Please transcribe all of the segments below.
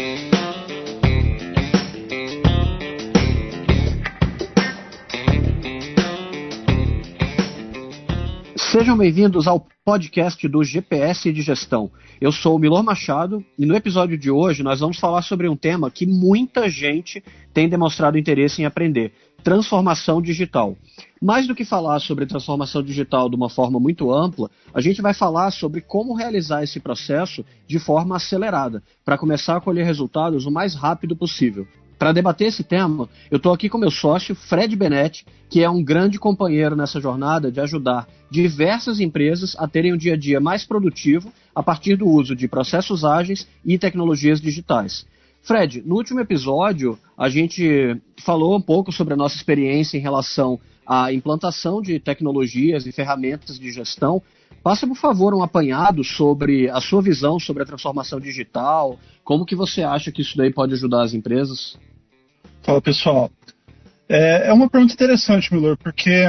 Sejam bem-vindos ao podcast do GPS de Gestão. Eu sou o Milor Machado e no episódio de hoje nós vamos falar sobre um tema que muita gente tem demonstrado interesse em aprender: transformação digital. Mais do que falar sobre transformação digital de uma forma muito ampla, a gente vai falar sobre como realizar esse processo de forma acelerada, para começar a colher resultados o mais rápido possível. Para debater esse tema, eu estou aqui com meu sócio, Fred Benetti, que é um grande companheiro nessa jornada de ajudar diversas empresas a terem um dia a dia mais produtivo a partir do uso de processos ágeis e tecnologias digitais. Fred, no último episódio, a gente falou um pouco sobre a nossa experiência em relação à implantação de tecnologias e ferramentas de gestão. Passa, por favor, um apanhado sobre a sua visão sobre a transformação digital, como que você acha que isso daí pode ajudar as empresas? Fala, pessoal. É uma pergunta interessante, Milor, porque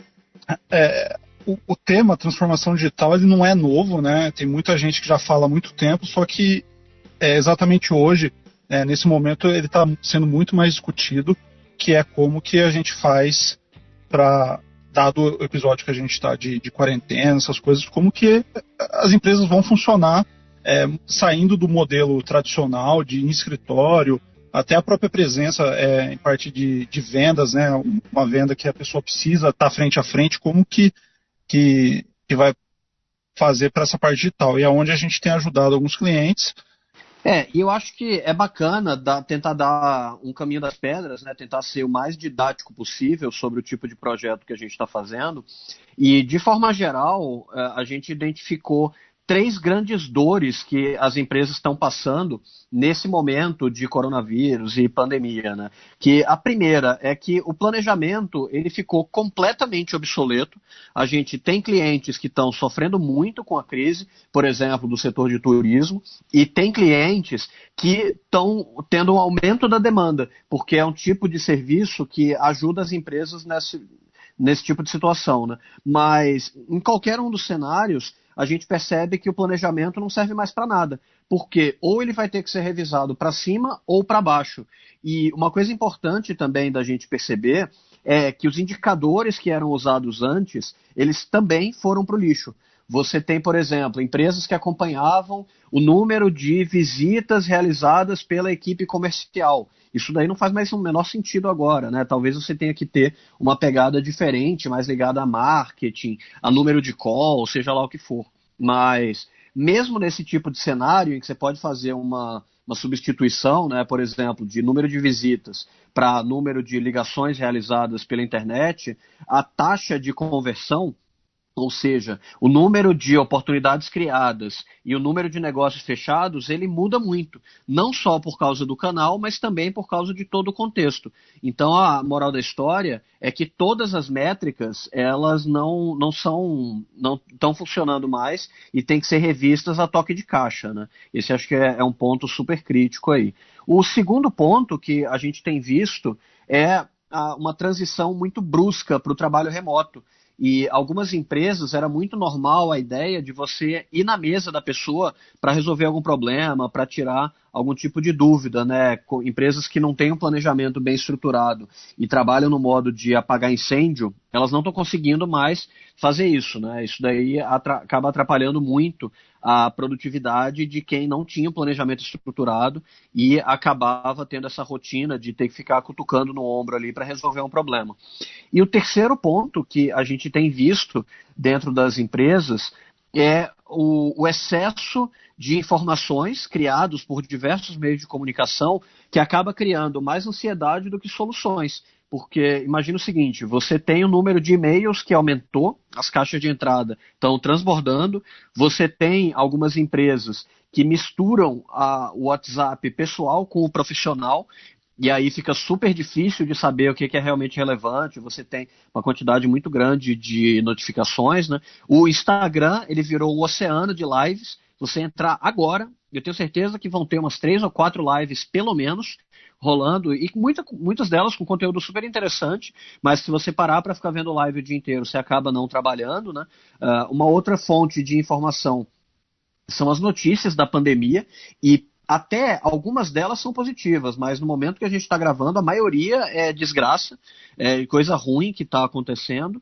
o tema transformação digital ele não é novo, né? Tem muita gente que já fala há muito tempo, só que exatamente hoje, nesse momento, ele está sendo muito mais discutido, que é como que a gente faz para, dado o episódio que a gente está de quarentena, essas coisas, como que as empresas vão funcionar saindo do modelo tradicional de escritório, até a própria presença em parte de vendas, né? Uma venda que a pessoa precisa estar frente a frente, como que vai fazer para essa parte digital. E é onde a gente tem ajudado alguns clientes. E eu acho que é bacana tentar dar um caminho das pedras, né? Tentar ser o mais didático possível sobre o tipo de projeto que a gente está fazendo. E, de forma geral, a gente identificou 3 grandes dores que as empresas estão passando nesse momento de coronavírus e pandemia, né? Que a primeira é que o planejamento ele ficou completamente obsoleto. A gente tem clientes que estão sofrendo muito com a crise, por exemplo, do setor de turismo, e tem clientes que estão tendo um aumento da demanda, porque é um tipo de serviço que ajuda as empresas nesse tipo de situação, né? Mas em qualquer um dos cenários, a gente percebe que o planejamento não serve mais para nada, porque ou ele vai ter que ser revisado para cima ou para baixo. E uma coisa importante também da gente perceber é que os indicadores que eram usados antes, eles também foram para o lixo. Você tem, por exemplo, empresas que acompanhavam o número de visitas realizadas pela equipe comercial. Isso daí não faz mais o menor sentido agora, né? Talvez você tenha que ter uma pegada diferente, mais ligada a marketing, a número de call, seja lá o que for. Mas, mesmo nesse tipo de cenário em que você pode fazer uma substituição, né, por exemplo, de número de visitas para número de ligações realizadas pela internet, a taxa de conversão, ou seja, o número de oportunidades criadas e o número de negócios fechados, ele muda muito. Não só por causa do canal, mas também por causa de todo o contexto. Então, a moral da história é que todas as métricas, elas não estão funcionando mais e têm que ser revistas a toque de caixa, né? Esse acho que é um ponto super crítico aí. O segundo ponto que a gente tem visto é uma transição muito brusca para o trabalho remoto. E algumas empresas era muito normal a ideia de você ir na mesa da pessoa para resolver algum problema, para tirar algum tipo de dúvida, né? Empresas que não têm um planejamento bem estruturado e trabalham no modo de apagar incêndio, elas não estão conseguindo mais fazer isso, né? Isso daí acaba atrapalhando muito a produtividade de quem não tinha um planejamento estruturado e acabava tendo essa rotina de ter que ficar cutucando no ombro ali para resolver um problema. E o terceiro ponto que a gente tem visto dentro das empresas é o excesso de informações criados por diversos meios de comunicação que acaba criando mais ansiedade do que soluções. Porque imagina o seguinte, você tem o número de e-mails que aumentou, as caixas de entrada estão transbordando, você tem algumas empresas que misturam o WhatsApp pessoal com o profissional, e aí fica super difícil de saber o que é realmente relevante, você tem uma quantidade muito grande de notificações, né? O Instagram, ele virou um oceano de lives, você entrar agora, eu tenho certeza que vão ter umas 3 ou 4 lives, pelo menos, rolando, e muitas delas com conteúdo super interessante, mas se você parar para ficar vendo live o dia inteiro, você acaba não trabalhando, né? Uma outra fonte de informação são as notícias da pandemia, e até algumas delas são positivas, mas no momento que a gente está gravando, a maioria é desgraça, é coisa ruim que está acontecendo.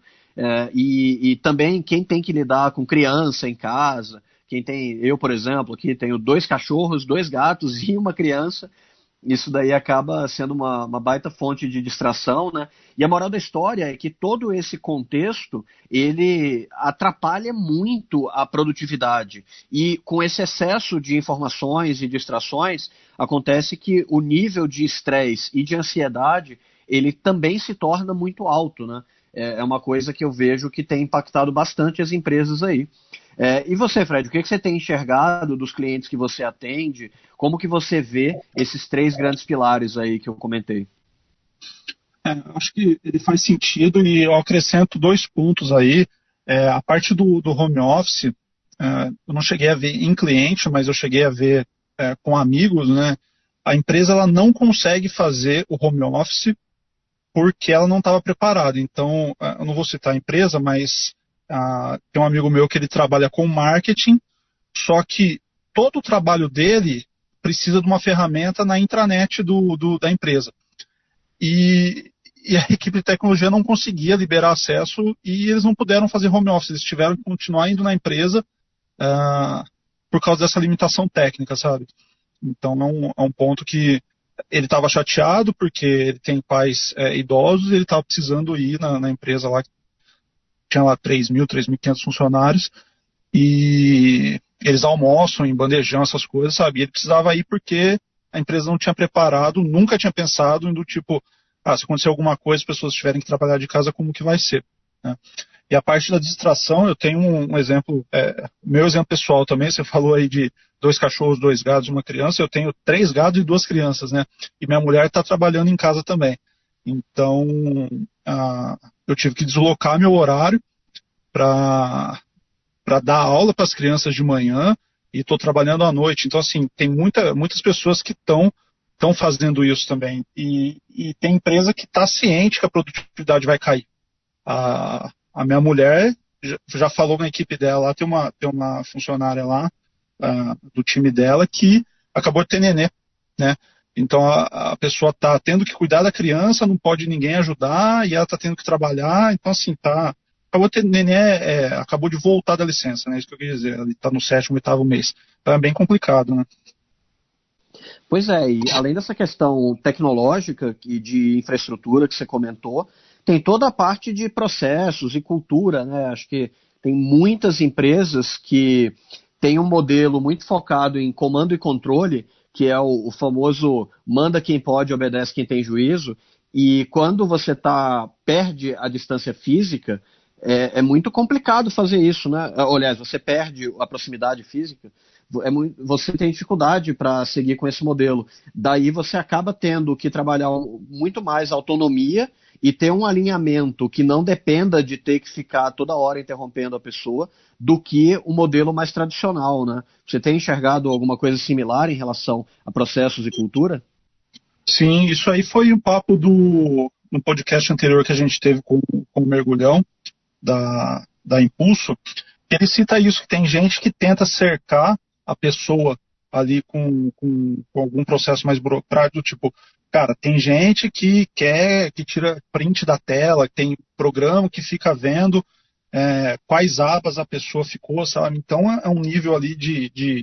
E também quem tem que lidar com criança em casa, eu, por exemplo, aqui tenho 2 cachorros, 2 gatos e uma criança. Isso daí acaba sendo uma baita fonte de distração, né? E a moral da história é que todo esse contexto, ele atrapalha muito a produtividade. E com esse excesso de informações e distrações, acontece que o nível de estresse e de ansiedade, ele também se torna muito alto, né? É uma coisa que eu vejo que tem impactado bastante as empresas aí. E você, Fred, o que você tem enxergado dos clientes que você atende? Como que você vê esses 3 grandes pilares aí que eu comentei? Acho que ele faz sentido e eu acrescento 2 pontos aí. A parte do home office, eu não cheguei a ver em cliente, mas eu cheguei a ver com amigos, né? A empresa ela não consegue fazer o home office porque ela não estava preparada. Então, eu não vou citar a empresa, mas tem um amigo meu que ele trabalha com marketing, só que todo o trabalho dele precisa de uma ferramenta na intranet da empresa. E a equipe de tecnologia não conseguia liberar acesso e eles não puderam fazer home office, eles tiveram que continuar indo na empresa por causa dessa limitação técnica, sabe? Então é um ponto que ele estava chateado porque ele tem pais idosos e ele estava precisando ir na empresa lá, tinha lá 3.500 funcionários, e eles almoçam em bandejão, essas coisas, sabe? E ele precisava ir porque a empresa não tinha preparado, nunca tinha pensado do tipo, se acontecer alguma coisa, as pessoas tiverem que trabalhar de casa, como que vai ser, né? E a parte da distração, eu tenho um exemplo, meu exemplo pessoal também, você falou aí de 2 cachorros, 2 gatos, uma criança, eu tenho 3 gatos e 2 crianças, né? E minha mulher está trabalhando em casa também. Então, eu tive que deslocar meu horário para dar aula para as crianças de manhã e estou trabalhando à noite. Então, assim, tem muitas pessoas que estão fazendo isso também. E tem empresa que está ciente que a produtividade vai cair. A minha mulher já falou na equipe dela, tem uma funcionária lá do time dela que acabou de ter nenê, né? Então a pessoa está tendo que cuidar da criança, não pode ninguém ajudar e ela está tendo que trabalhar. Então assim, acabou de ter nenê, acabou de voltar da licença, né? Isso que eu queria dizer. Ele está no 7º, 8º mês. Então é bem complicado, né? Pois é, e além dessa questão tecnológica e de infraestrutura que você comentou, tem toda a parte de processos e cultura, né? Acho que tem muitas empresas que têm um modelo muito focado em comando e controle, que é o famoso manda quem pode, obedece quem tem juízo, e quando você perde a distância física, é muito complicado fazer isso, né? Aliás, você perde a proximidade física, você tem dificuldade para seguir com esse modelo. Daí você acaba tendo que trabalhar muito mais autonomia e ter um alinhamento que não dependa de ter que ficar toda hora interrompendo a pessoa, do que o modelo mais tradicional, né? Você tem enxergado alguma coisa similar em relação a processos e cultura? Sim, isso aí foi um papo no podcast anterior que a gente teve com o Mergulhão, da Impulso. Ele cita isso, que tem gente que tenta cercar a pessoa ali com algum processo mais burocrático, tipo, cara, tem gente que tira print da tela, tem programa que fica vendo quais abas a pessoa ficou, sabe? Então é um nível ali de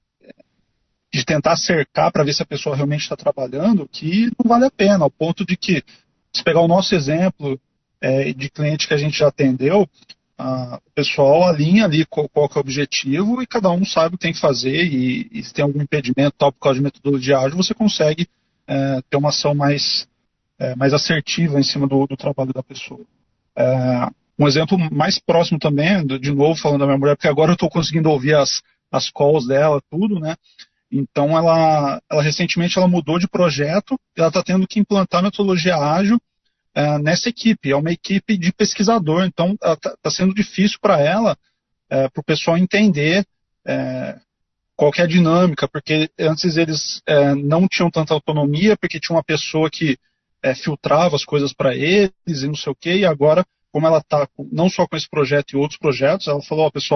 tentar cercar para ver se a pessoa realmente está trabalhando, que não vale a pena, ao ponto de que, se pegar o nosso exemplo de cliente que a gente já atendeu, o pessoal alinha ali qual que é o objetivo e cada um sabe o que tem que fazer, e se tem algum impedimento tal, por causa de metodologia ágil, você consegue ter uma ação mais assertiva em cima do trabalho da pessoa. Um exemplo mais próximo também, de novo falando da minha mulher, porque agora eu estou conseguindo ouvir as calls dela, tudo, né? Então ela recentemente ela mudou de projeto, ela está tendo que implantar metodologia ágil nessa equipe. É uma equipe de pesquisador, então está sendo difícil para ela, para o pessoal entender qual que é a dinâmica, porque antes eles não tinham tanta autonomia, porque tinha uma pessoa que filtrava as coisas para eles e não sei o quê, e agora, como ela está não só com esse projeto e outros projetos, ela falou, pessoal,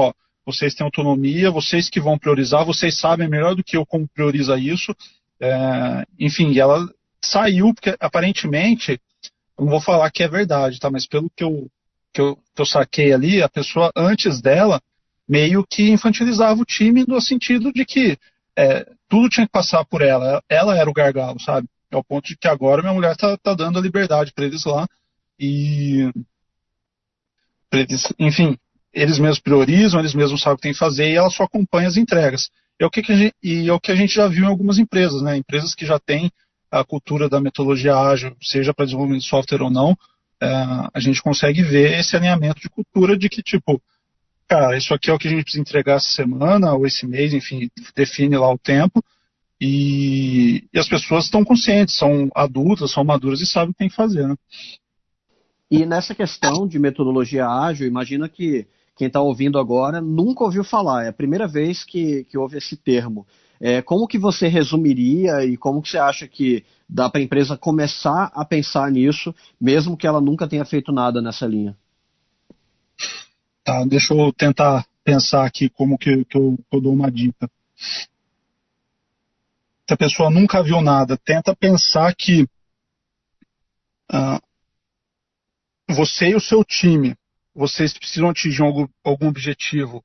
vocês têm autonomia, vocês que vão priorizar, vocês sabem melhor do que eu como prioriza isso. Enfim, ela saiu, porque aparentemente, eu não vou falar que é verdade, tá? Mas pelo que eu saquei ali, a pessoa antes dela meio que infantilizava o time no sentido de que tudo tinha que passar por ela. Ela era o gargalo, sabe? Ao ponto de que agora minha mulher tá dando a liberdade para eles lá e eles, enfim, eles mesmos priorizam, eles mesmos sabem o que tem que fazer e ela só acompanha as entregas. É o que a gente já viu em algumas empresas, né? Empresas que já têm a cultura da metodologia ágil, seja para desenvolvimento de software ou não, a gente consegue ver esse alinhamento de cultura de que, tipo, cara, isso aqui é o que a gente precisa entregar essa semana ou esse mês, enfim, define lá o tempo e as pessoas estão conscientes, são adultas, são maduras e sabem o que tem que fazer, né? E nessa questão de metodologia ágil, imagina que quem está ouvindo agora nunca ouviu falar, é a primeira vez que ouve esse termo. Como que você resumiria e como que você acha que dá para a empresa começar a pensar nisso, mesmo que ela nunca tenha feito nada nessa linha? Tá, deixa eu tentar pensar aqui como que eu dou uma dica. Se a pessoa nunca viu nada, tenta pensar que você e o seu time, vocês precisam atingir algum objetivo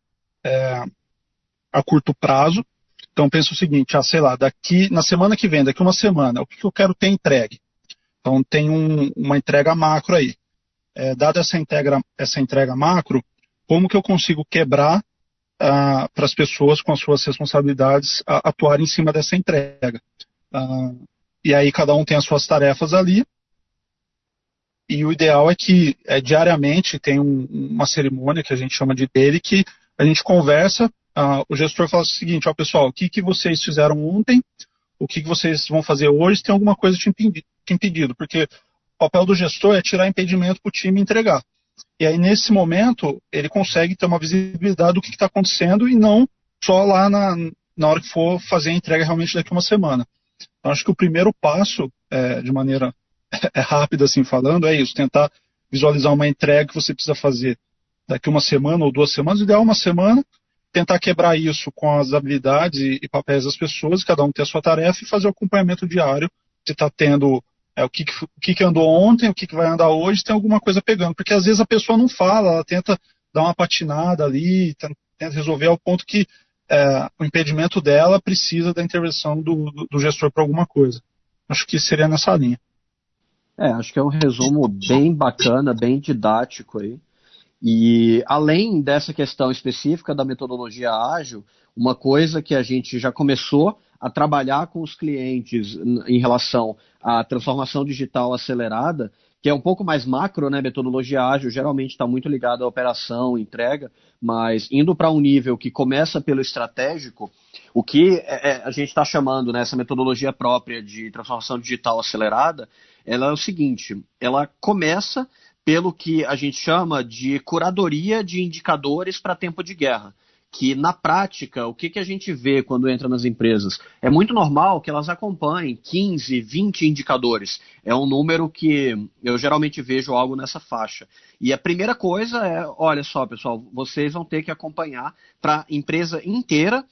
a curto prazo. Então pensa o seguinte, sei lá, na semana que vem, daqui uma semana, o que eu quero ter entregue? Então tem uma entrega macro aí. Dada essa entrega macro, como que eu consigo quebrar para as pessoas com as suas responsabilidades atuarem em cima dessa entrega? E aí cada um tem as suas tarefas ali, e o ideal é que diariamente tem uma cerimônia que a gente chama de daily, que a gente conversa, o gestor fala o seguinte, pessoal, o que vocês fizeram ontem, o que vocês vão fazer hoje, tem alguma coisa te impedido, porque o papel do gestor é tirar impedimento para o time entregar. E aí, nesse momento, ele consegue ter uma visibilidade do que está acontecendo e não só lá na hora que for fazer a entrega realmente daqui a uma semana. Então, acho que o primeiro passo, de maneira rápida assim falando, é isso, tentar visualizar uma entrega que você precisa fazer daqui uma semana ou 2 semanas, ideal uma semana, tentar quebrar isso com as habilidades e papéis das pessoas, cada um ter a sua tarefa e fazer o acompanhamento diário, se está tendo o que andou ontem, o que vai andar hoje, tem alguma coisa pegando, porque às vezes a pessoa não fala, ela tenta dar uma patinada ali, tenta resolver ao ponto que o impedimento dela precisa da intervenção do gestor para alguma coisa. Acho que seria nessa linha. Acho que é um resumo bem bacana, bem didático aí. E além dessa questão específica da metodologia ágil, uma coisa que a gente já começou a trabalhar com os clientes em relação à transformação digital acelerada, que é um pouco mais macro, né? Metodologia ágil geralmente está muito ligada à operação, entrega, mas indo para um nível que começa pelo estratégico, o que a gente está chamando, né, essa metodologia própria de transformação digital acelerada, ela é o seguinte, ela começa pelo que a gente chama de curadoria de indicadores para tempo de guerra, que na prática, o que a gente vê quando entra nas empresas? É muito normal que elas acompanhem 15, 20 indicadores. É um número que eu geralmente vejo algo nessa faixa. E a primeira coisa é, olha só, pessoal, vocês vão ter que acompanhar para a empresa inteira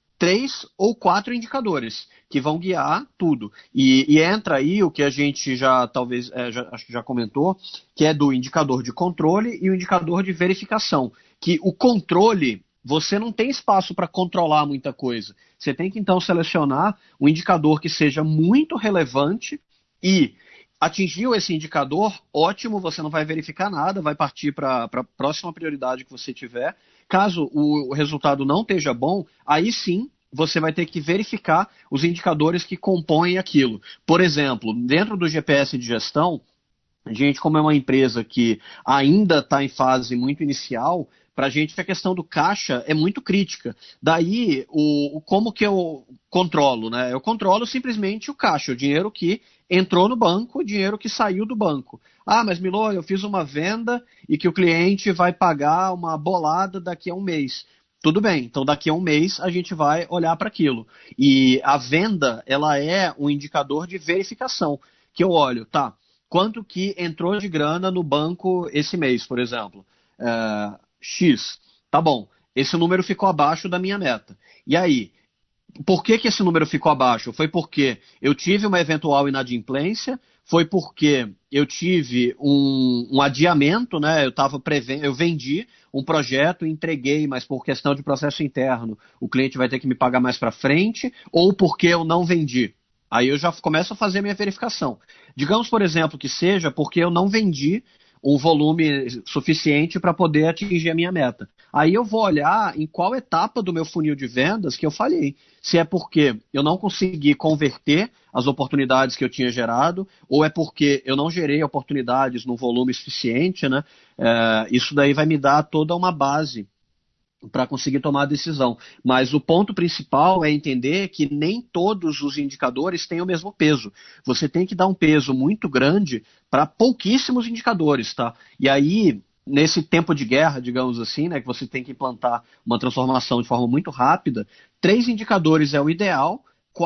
3 ou 4 indicadores que vão guiar tudo. E entra aí o que a gente acho que já comentou, que é do indicador de controle e o indicador de verificação. Que o controle, você não tem espaço para controlar muita coisa. Você tem que então selecionar um indicador que seja muito relevante e atingiu esse indicador, ótimo, você não vai verificar nada, vai partir para a próxima prioridade que você tiver. Caso o resultado não esteja bom, aí sim você vai ter que verificar os indicadores que compõem aquilo. Por exemplo, dentro do GPS de gestão, a gente, como é uma empresa que ainda está em fase muito inicial, para a gente a questão do caixa é muito crítica. Daí, como que eu controlo? Né? Eu controlo simplesmente o caixa, o dinheiro que entrou no banco, o dinheiro que saiu do banco. Mas Milô, eu fiz uma venda e que o cliente vai pagar uma bolada daqui a um mês. Tudo bem, então daqui a um mês a gente vai olhar para aquilo. E a venda, ela é um indicador de verificação, que eu olho, tá, quanto que entrou de grana no banco esse mês, por exemplo? X. Tá bom. esse número ficou abaixo da minha meta. E aí, por que esse número ficou abaixo? Foi porque eu tive uma eventual inadimplência, foi porque eu tive um adiamento, né? Eu vendi um projeto, entreguei, mas por questão de processo interno, o cliente vai ter que me pagar mais para frente, ou porque eu não vendi. Aí eu já começo a fazer a minha verificação. Digamos, por exemplo, que seja porque eu não vendi um volume suficiente para poder atingir a minha meta. Aí eu vou olhar em qual etapa do meu funil de vendas que eu falhei. Se é porque eu não consegui converter as oportunidades que eu tinha gerado, ou é porque eu não gerei oportunidades no volume suficiente, né? Isso daí vai me dar toda uma base para conseguir tomar a decisão. Mas o ponto principal é entender que nem todos os indicadores têm o mesmo peso. Você tem que dar um peso muito grande para pouquíssimos indicadores, tá? E aí, nesse tempo de guerra, digamos assim, né, que você tem que implantar uma transformação de forma muito rápida, 3 indicadores é o ideal,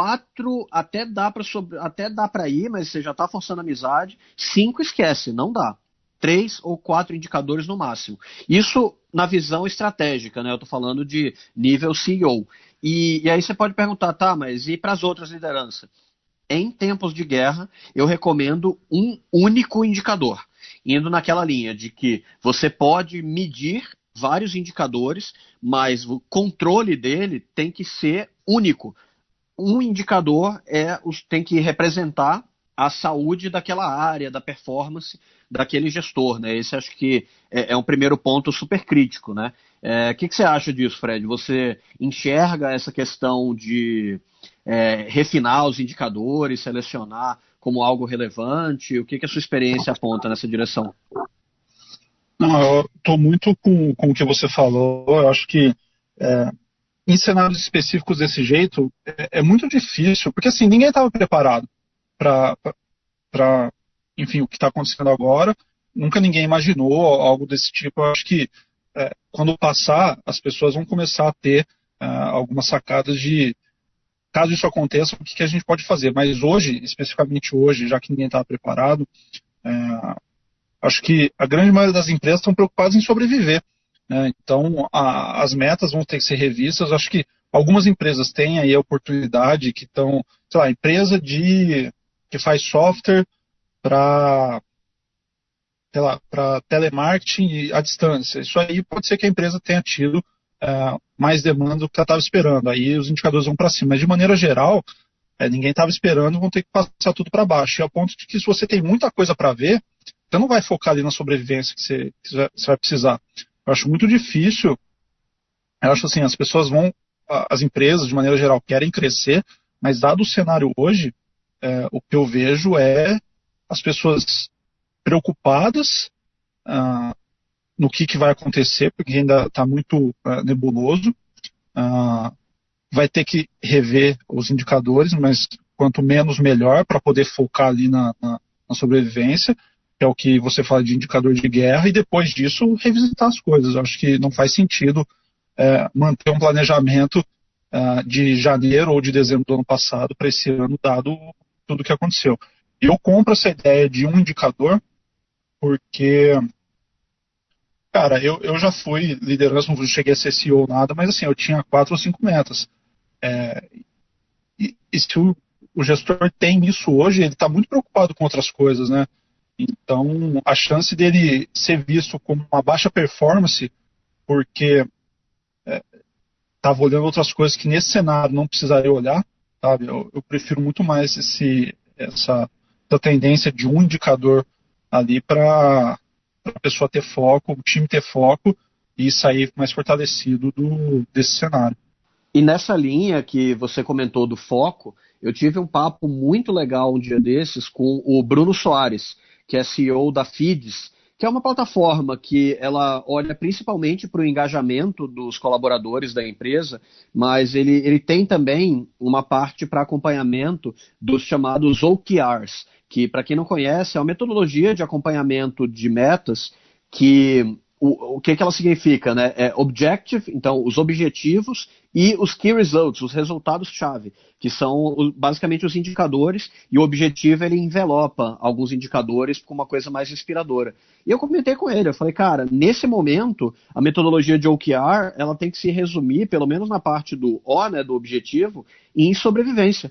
4 até dá para ir, mas você já está forçando a amizade, 5 esquece, não dá. 3 ou 4 indicadores no máximo. Isso na visão estratégica, né? Eu estou falando de nível CEO. E aí você pode perguntar, tá, mas e para as outras lideranças? Em tempos de guerra, eu recomendo um único indicador, indo naquela linha de que você pode medir vários indicadores, mas o controle dele tem que ser único. Um indicador tem que representar a saúde daquela área, da performance daquele gestor, né? Esse acho que é um primeiro ponto super crítico, né? O que você acha disso, Fred? Você enxerga essa questão de refinar os indicadores, selecionar como algo relevante? O que a sua experiência aponta nessa direção? Não, eu estou muito com o que você falou. Eu acho que em cenários específicos desse jeito é muito difícil, porque assim, ninguém estava preparado para, enfim, o que está acontecendo agora. Nunca ninguém imaginou algo desse tipo. Eu acho que quando passar, as pessoas vão começar a ter algumas sacadas de, caso isso aconteça, o que a gente pode fazer. Mas hoje, especificamente hoje, já que ninguém estava preparado, acho que a grande maioria das empresas estão preocupadas em sobreviver, né? Então, as metas vão ter que ser revistas. Acho que algumas empresas têm aí a oportunidade que estão, sei lá, empresa que faz software para telemarketing à distância. Isso aí pode ser que a empresa tenha tido mais demanda do que ela estava esperando. Aí os indicadores vão para cima. Mas de maneira geral, ninguém estava esperando, vão ter que passar tudo para baixo. E ao ponto de que se você tem muita coisa para ver, você não vai focar ali na sobrevivência que você vai precisar. Eu acho muito difícil. Eu acho assim, as empresas de maneira geral querem crescer, mas dado o cenário hoje, o que eu vejo é as pessoas preocupadas no que vai acontecer, porque ainda está muito nebuloso. Vai ter que rever os indicadores, mas quanto menos melhor, para poder focar ali na sobrevivência, que é o que você fala de indicador de guerra, e depois disso revisitar as coisas. Eu acho que não faz sentido manter um planejamento de janeiro ou de dezembro do ano passado para esse ano, dado tudo o que aconteceu. Eu compro essa ideia de um indicador, porque, cara, eu já fui liderança, não cheguei a ser CEO ou nada, mas assim, eu tinha 4 ou 5 metas. E se o gestor tem isso hoje, ele está muito preocupado com outras coisas, né? Então, a chance dele ser visto como uma baixa performance, porque estava olhando outras coisas que nesse cenário não precisaria olhar, sabe? Eu prefiro muito mais essa tendência de um indicador ali para a pessoa ter foco, o time ter foco e sair mais fortalecido desse cenário. E nessa linha que você comentou do foco, eu tive um papo muito legal um dia desses com o Bruno Soares, que é CEO da Feeds, que é uma plataforma que ela olha principalmente para o engajamento dos colaboradores da empresa, mas ele tem também uma parte para acompanhamento dos chamados OKRs, que, para quem não conhece, é uma metodologia de acompanhamento de metas que o que ela significa, né? É objective, então os objetivos, e os key results, os resultados-chave, que são basicamente os indicadores, e o objetivo ele envelopa alguns indicadores com uma coisa mais inspiradora. E eu comentei com ele, eu falei, cara, nesse momento, a metodologia de OKR, ela tem que se resumir, pelo menos na parte do O, né, do objetivo, em sobrevivência.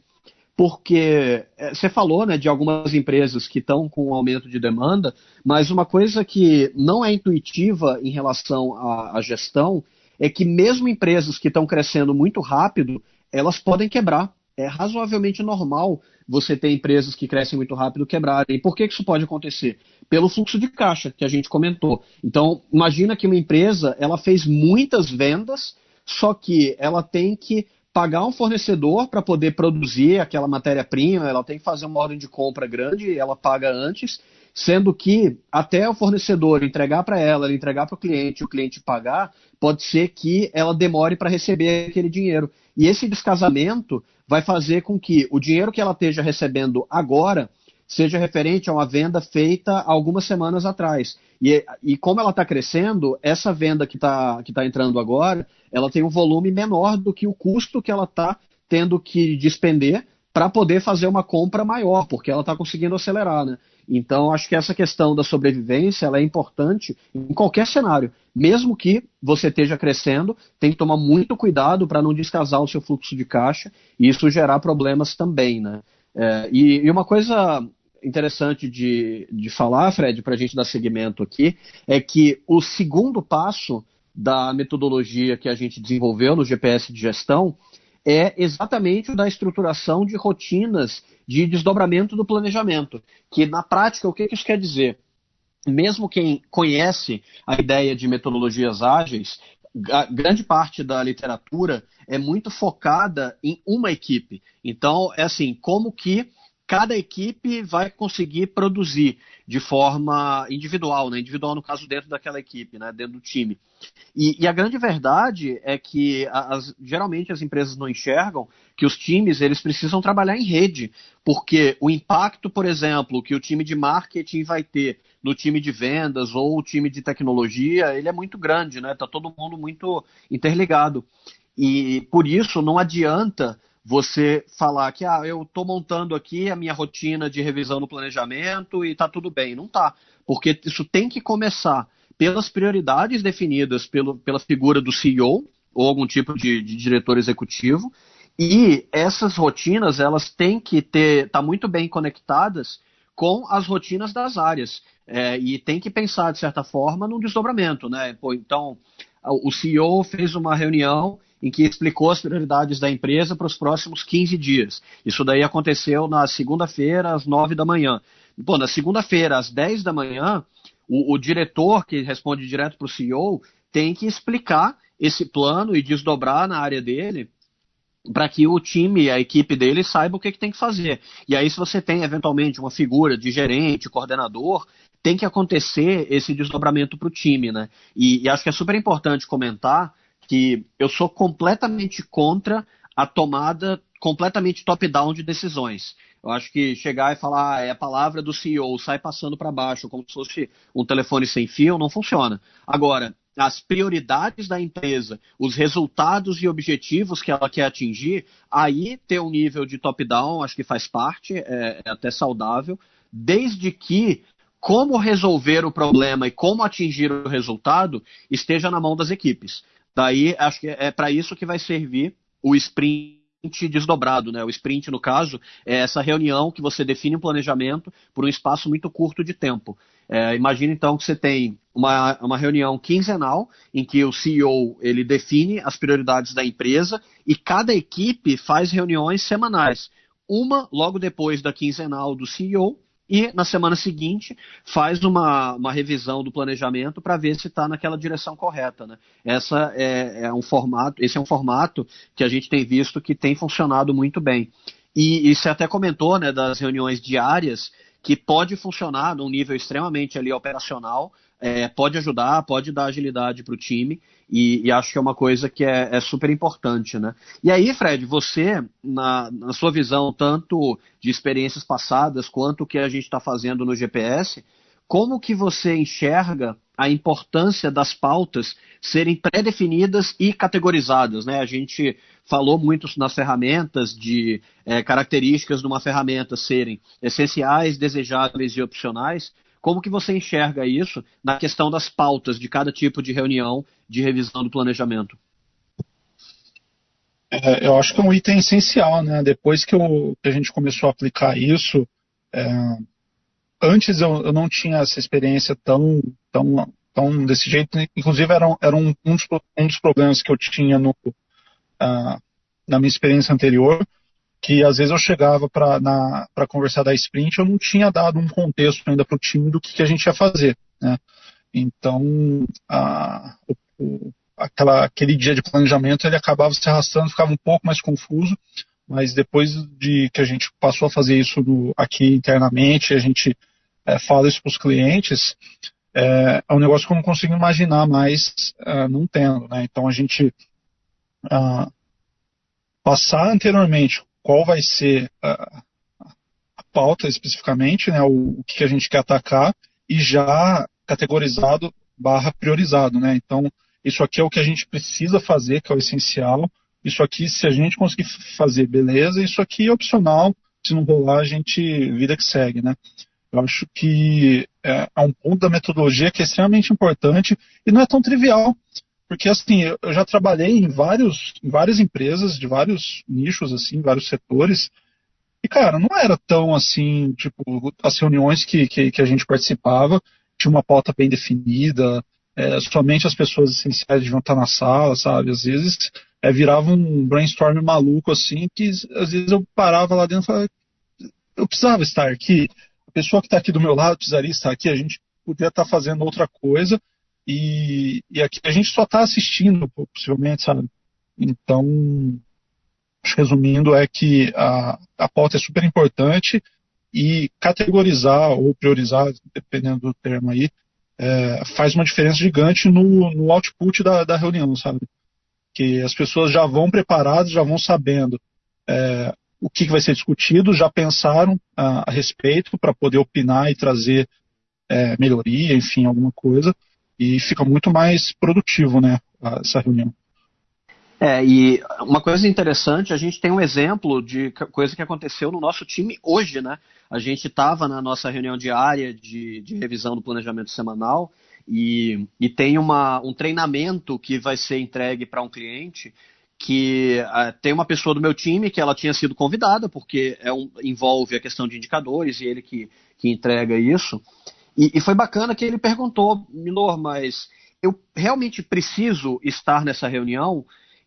Porque você falou, né, de algumas empresas que estão com um aumento de demanda, mas uma coisa que não é intuitiva em relação à gestão é que mesmo empresas que estão crescendo muito rápido, elas podem quebrar. É razoavelmente normal você ter empresas que crescem muito rápido quebrarem. E por que isso pode acontecer? Pelo fluxo de caixa que a gente comentou. Então, imagina que uma empresa ela fez muitas vendas, só que ela tem que pagar um fornecedor para poder produzir aquela matéria-prima, ela tem que fazer uma ordem de compra grande, ela paga antes, sendo que até o fornecedor entregar para ela entregar para o cliente pagar, pode ser que ela demore para receber aquele dinheiro. E esse descasamento vai fazer com que o dinheiro que ela esteja recebendo agora seja referente a uma venda feita algumas semanas atrás. E como ela está crescendo, essa venda que tá entrando agora, ela tem um volume menor do que o custo que ela está tendo que despender para poder fazer uma compra maior, porque ela está conseguindo acelerar, né? Então, acho que essa questão da sobrevivência ela é importante em qualquer cenário. Mesmo que você esteja crescendo, tem que tomar muito cuidado para não descasar o seu fluxo de caixa e isso gerar problemas também, né? E uma coisa interessante de falar, Fred, para a gente dar seguimento aqui, é que o segundo passo da metodologia que a gente desenvolveu no GPS de gestão é exatamente o da estruturação de rotinas de desdobramento do planejamento, que na prática, o que isso quer dizer? Mesmo quem conhece a ideia de metodologias ágeis, grande parte da literatura é muito focada em uma equipe. Então, é assim, como que cada equipe vai conseguir produzir de forma individual, né? Individual no caso dentro daquela equipe, né? Dentro do time. E a grande verdade é que geralmente as empresas não enxergam que os times eles precisam trabalhar em rede, porque o impacto, por exemplo, que o time de marketing vai ter no time de vendas ou o time de tecnologia, ele é muito grande, né? Tá todo mundo muito interligado. E por isso não adianta você falar que eu estou montando aqui a minha rotina de revisão no planejamento e está tudo bem. Não está, porque isso tem que começar pelas prioridades definidas pela figura do CEO ou algum tipo de diretor executivo, e essas rotinas elas têm que estar muito bem conectadas com as rotinas das áreas, e tem que pensar, de certa forma, num desdobramento, né? Então, o CEO fez uma reunião em que explicou as prioridades da empresa para os próximos 15 dias. Isso daí aconteceu na segunda-feira, às 9 da manhã. Na segunda-feira, às 10 da manhã, o diretor, que responde direto para o CEO, tem que explicar esse plano e desdobrar na área dele para que o time, a equipe dele, saiba o que tem que fazer. E aí, se você tem, eventualmente, uma figura de gerente, coordenador, tem que acontecer esse desdobramento para o time, né? E acho que é super importante comentar que eu sou completamente contra a tomada completamente top-down de decisões. Eu acho que chegar e falar é a palavra do CEO, sai passando para baixo, como se fosse um telefone sem fio, não funciona. Agora, as prioridades da empresa, os resultados e objetivos que ela quer atingir, aí ter um nível de top-down, acho que faz parte, é até saudável, desde que como resolver o problema e como atingir o resultado esteja na mão das equipes. Daí, acho que é para isso que vai servir o sprint desdobrado, né? O sprint, no caso, é essa reunião que você define um planejamento por um espaço muito curto de tempo. Imagina, então, que você tem uma reunião quinzenal em que o CEO ele define as prioridades da empresa e cada equipe faz reuniões semanais. Uma logo depois da quinzenal do CEO e na semana seguinte faz uma revisão do planejamento para ver se está naquela direção correta, né? Esse é um formato que a gente tem visto que tem funcionado muito bem. E você até comentou, né, das reuniões diárias, que pode funcionar num nível extremamente ali operacional, pode ajudar, pode dar agilidade para o time, e acho que é uma coisa que é super importante, né? E aí, Fred, você, na sua visão, tanto de experiências passadas, quanto o que a gente está fazendo no GPS, como que você enxerga a importância das pautas serem pré-definidas e categorizadas, né? A gente falou muito nas ferramentas de características de uma ferramenta serem essenciais, desejáveis e opcionais. Como que você enxerga isso na questão das pautas de cada tipo de reunião de revisão do planejamento? Eu acho que é um item essencial, né? Depois que a gente começou a aplicar isso, antes eu não tinha essa experiência tão desse jeito. Inclusive era um dos problemas que eu tinha na minha experiência anterior, que às vezes eu chegava para conversar da sprint, eu não tinha dado um contexto ainda para o time do que a gente ia fazer, né? Então, aquele dia de planejamento ele acabava se arrastando, ficava um pouco mais confuso, mas depois de que a gente passou a fazer isso aqui internamente, a gente fala isso para os clientes, é um negócio que eu não consigo imaginar mais não tendo, né? Então a gente passar anteriormente qual vai ser a pauta especificamente, né? O que a gente quer atacar e já categorizado / priorizado, né? Então isso aqui é o que a gente precisa fazer, que é o essencial. Isso aqui, se a gente conseguir fazer, beleza. Isso aqui é opcional. Se não rolar, a gente vida que segue, né? Eu acho que é um ponto da metodologia que é extremamente importante e não é tão trivial. Porque, assim, eu já trabalhei em várias empresas, de vários nichos, assim, vários setores. E, cara, não era tão, assim, tipo, as reuniões que a gente participava, tinha uma pauta bem definida, somente as pessoas essenciais deviam estar na sala, sabe? Às vezes virava um brainstorm maluco, assim, que às vezes eu parava lá dentro e falava, eu precisava estar aqui, a pessoa que está aqui do meu lado precisaria estar aqui, a gente podia estar fazendo outra coisa, e aqui a gente só está assistindo, possivelmente, sabe? Então, resumindo, é que a pauta é super importante e categorizar ou priorizar, dependendo do termo aí, faz uma diferença gigante no output da reunião, sabe? Que as pessoas já vão preparadas, já vão sabendo o que vai ser discutido, já pensaram a respeito para poder opinar e trazer melhoria, enfim, alguma coisa, e fica muito mais produtivo, né, essa reunião. E uma coisa interessante, a gente tem um exemplo de coisa que aconteceu no nosso time hoje, né? A gente estava na nossa reunião diária de revisão do planejamento semanal e tem um treinamento que vai ser entregue para um cliente que tem uma pessoa do meu time que ela tinha sido convidada, porque envolve a questão de indicadores e ele que entrega isso. E foi bacana que ele perguntou, Milor, mas eu realmente preciso estar nessa reunião?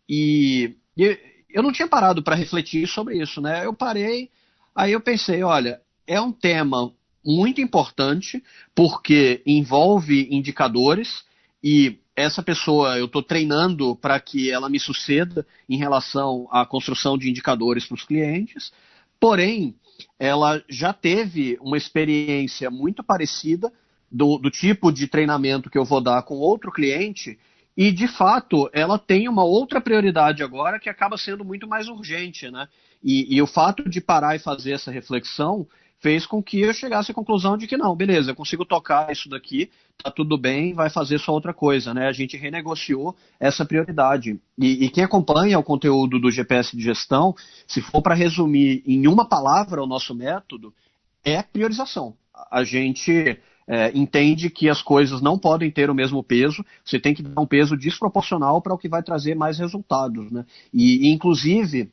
E eu não tinha parado para refletir sobre isso, né? Eu parei, aí eu pensei, olha, é um tema muito importante porque envolve indicadores e essa pessoa eu estou treinando para que ela me suceda em relação à construção de indicadores para os clientes, porém ela já teve uma experiência muito parecida do tipo de treinamento que eu vou dar com outro cliente. E, de fato, ela tem uma outra prioridade agora que acaba sendo muito mais urgente, né? E o fato de parar e fazer essa reflexão fez com que eu chegasse à conclusão de que não, beleza, eu consigo tocar isso daqui, tá tudo bem, vai fazer só outra coisa, né? A gente renegociou essa prioridade. E quem acompanha o conteúdo do GPS de gestão, se for para resumir em uma palavra o nosso método, é priorização. A gente entende que as coisas não podem ter o mesmo peso, você tem que dar um peso desproporcional para o que vai trazer mais resultados, né? E inclusive,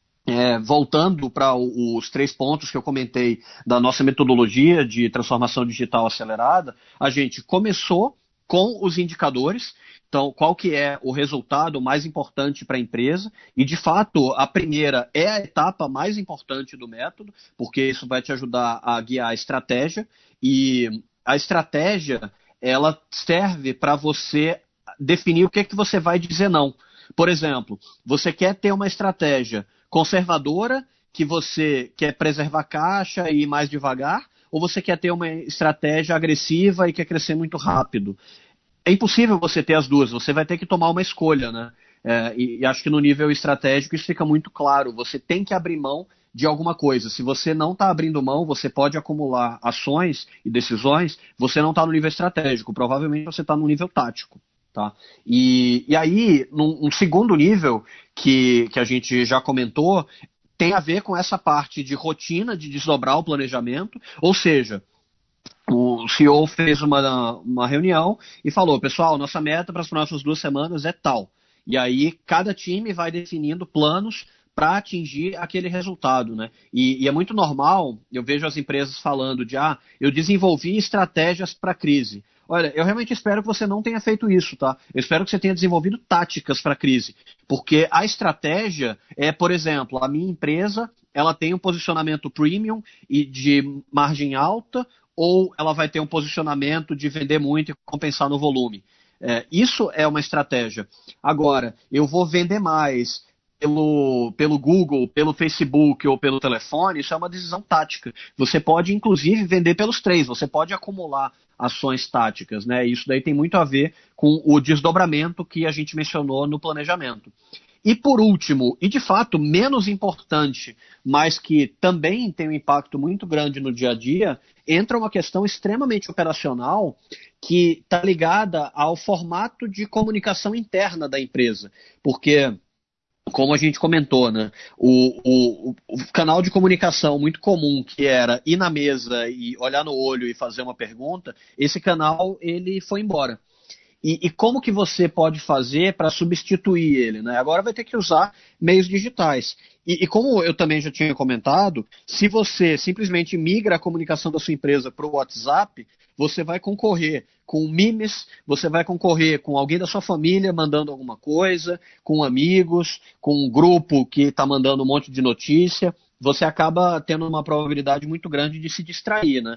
voltando para os 3 pontos que eu comentei da nossa metodologia de transformação digital acelerada, a gente começou com os indicadores. Então, qual que é o resultado mais importante para a empresa? E, de fato, a primeira é a etapa mais importante do método, porque isso vai te ajudar a guiar a estratégia. E a estratégia, ela serve para você definir o que é que você vai dizer não. Por exemplo, você quer ter uma estratégia conservadora, que você quer preservar caixa e ir mais devagar, ou você quer ter uma estratégia agressiva e quer crescer muito rápido? É impossível você ter as duas, você vai ter que tomar uma escolha, né? E acho que no nível estratégico isso fica muito claro. Você tem que abrir mão de alguma coisa. Se você não está abrindo mão, você pode acumular ações e decisões, você não está no nível estratégico, provavelmente você está no nível tático. Tá? E aí, num segundo nível, que a gente já comentou, tem a ver com essa parte de rotina, de desdobrar o planejamento, ou seja, o CEO fez uma reunião e falou, pessoal, nossa meta para as próximas 2 semanas é tal. E aí cada time vai definindo planos para atingir aquele resultado, né? E é muito normal, eu vejo as empresas falando de, eu desenvolvi estratégias para crise. Olha, eu realmente espero que você não tenha feito isso, tá? Eu espero que você tenha desenvolvido táticas para crise, porque a estratégia é, por exemplo, a minha empresa, ela tem um posicionamento premium e de margem alta, ou ela vai ter um posicionamento de vender muito e compensar no volume. Isso é uma estratégia. Agora, eu vou vender mais pelo Google, pelo Facebook ou pelo telefone, isso é uma decisão tática. Você pode, inclusive, vender pelos 3, você pode acumular ações táticas, né? Isso daí tem muito a ver com o desdobramento que a gente mencionou no planejamento. E por último, e de fato menos importante, mas que também tem um impacto muito grande no dia a dia, entra uma questão extremamente operacional que está ligada ao formato de comunicação interna da empresa. Porque, como a gente comentou, né, o canal de comunicação muito comum, que era ir na mesa e olhar no olho e fazer uma pergunta, esse canal ele foi embora. E como que você pode fazer para substituir ele, né? Agora vai ter que usar meios digitais. E como eu também já tinha comentado, se você simplesmente migra a comunicação da sua empresa para o WhatsApp, você vai concorrer com memes, você vai concorrer com alguém da sua família mandando alguma coisa, com amigos, com um grupo que está mandando um monte de notícia. Você acaba tendo uma probabilidade muito grande de se distrair, né?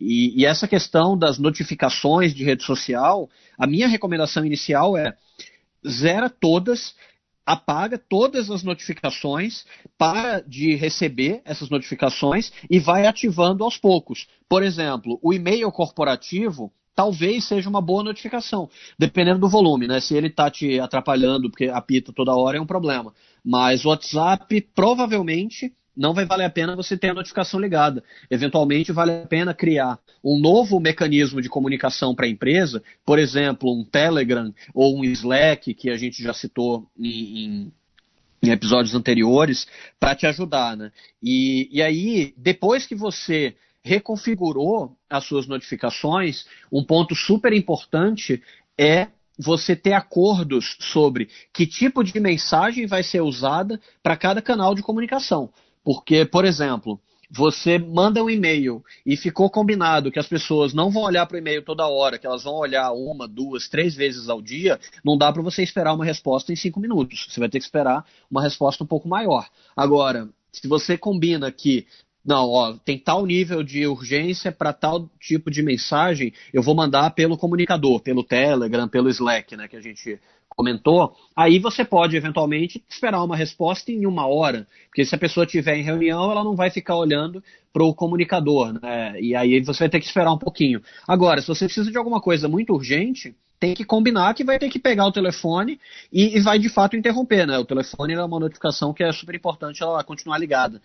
E essa questão das notificações de rede social, a minha recomendação inicial é zera todas, apaga todas as notificações, para de receber essas notificações e vai ativando aos poucos. Por exemplo, o e-mail corporativo talvez seja uma boa notificação, dependendo do volume, né? Se ele está te atrapalhando porque apita toda hora é um problema. Mas o WhatsApp provavelmente não vai valer a pena você ter a notificação ligada. Eventualmente vale a pena criar um novo mecanismo de comunicação para a empresa, por exemplo, um Telegram ou um Slack, que a gente já citou em episódios anteriores, para te ajudar, né? E aí, depois que você reconfigurou as suas notificações, um ponto super importante é você ter acordos sobre que tipo de mensagem vai ser usada para cada canal de comunicação. Porque, por exemplo, você manda um e-mail e ficou combinado que as pessoas não vão olhar para o e-mail toda hora, que elas vão olhar 1, 2, 3 vezes ao dia, não dá para você esperar uma resposta em 5 minutos. Você vai ter que esperar uma resposta um pouco maior. Agora, se você combina que não, tem tal nível de urgência para tal tipo de mensagem, eu vou mandar pelo comunicador, pelo Telegram, pelo Slack, né, que a gente comentou, aí você pode eventualmente esperar uma resposta em 1 hora, porque se a pessoa estiver em reunião, ela não vai ficar olhando para o comunicador, né, e aí você vai ter que esperar um pouquinho. Agora, se você precisa de alguma coisa muito urgente, tem que combinar que vai ter que pegar o telefone e vai de fato interromper, né? O telefone é uma notificação que é super importante ela continuar ligada.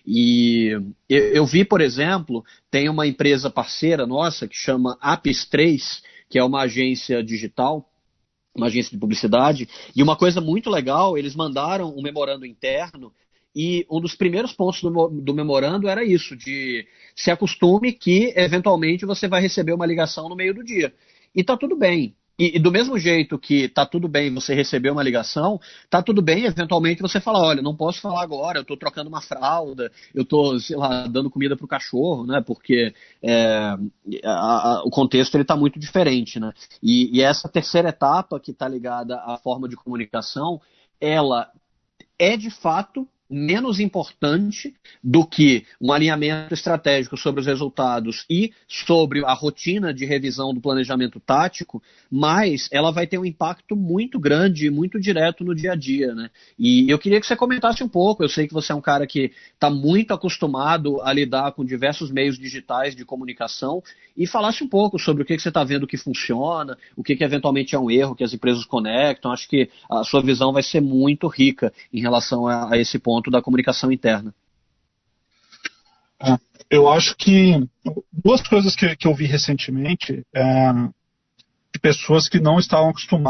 E eu vi, por exemplo, tem uma empresa parceira nossa que chama Apps3, que é uma agência digital, uma agência de publicidade, e uma coisa muito legal, eles mandaram um memorando interno e um dos primeiros pontos do memorando era isso, de se acostume que eventualmente você vai receber uma ligação no meio do dia. E tá tudo bem. E do mesmo jeito que tá tudo bem você receber uma ligação, tá tudo bem eventualmente você falar, olha, não posso falar agora, eu tô trocando uma fralda, eu tô, sei lá, dando comida pro cachorro, né, porque o contexto ele tá muito diferente, né, e essa terceira etapa que tá ligada à forma de comunicação, ela é de fato menos importante do que um alinhamento estratégico sobre os resultados e sobre a rotina de revisão do planejamento tático, mas ela vai ter um impacto muito grande e muito direto no dia a dia, né? E eu queria que você comentasse um pouco, eu sei que você é um cara que está muito acostumado a lidar com diversos meios digitais de comunicação e falasse um pouco sobre o que você está vendo que funciona, o que eventualmente é um erro que as empresas conectam. Acho que a sua visão vai ser muito rica em relação a esse ponto da comunicação interna. É, eu acho que duas coisas que eu vi recentemente de pessoas que não estavam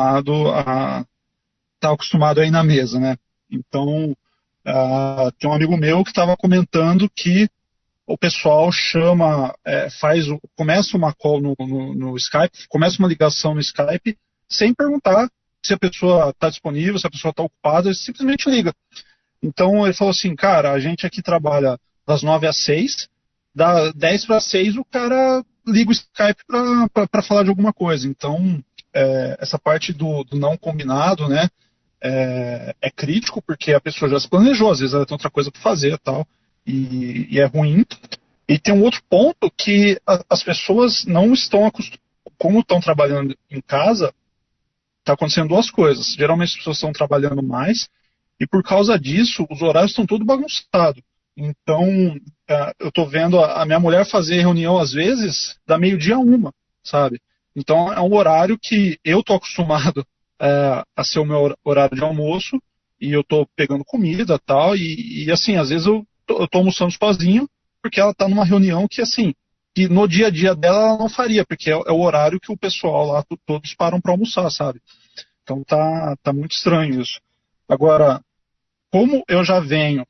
acostumado a ir na mesa, né? Então, tem um amigo meu que estava comentando que o pessoal chama, começa uma call no Skype, começa uma ligação no Skype, sem perguntar se a pessoa está disponível, se a pessoa está ocupada, ele simplesmente liga. Então ele falou assim, cara, a gente aqui trabalha das 9 às 6, da 10 para 6 o cara liga o Skype para falar de alguma coisa. Então, essa parte do não combinado, né, é crítico, porque a pessoa já se planejou, às vezes ela tem outra coisa para fazer e tal, e é ruim. E tem um outro ponto que as pessoas não estão acostumadas, como estão trabalhando em casa, está acontecendo duas coisas. Geralmente as pessoas estão trabalhando mais, e por causa disso, os horários estão todos bagunçados. Então, eu estou vendo a minha mulher fazer reunião, às vezes, da meio-dia a uma, sabe? Então, é um horário que eu estou acostumado a ser o meu horário de almoço, e eu estou pegando comida e tal, e assim, às vezes eu estou almoçando sozinho, porque ela está numa reunião que, assim, que no dia a dia dela ela não faria, porque é o horário que o pessoal lá, todos param para almoçar, sabe? Então, tá muito estranho isso. Agora, como eu já venho,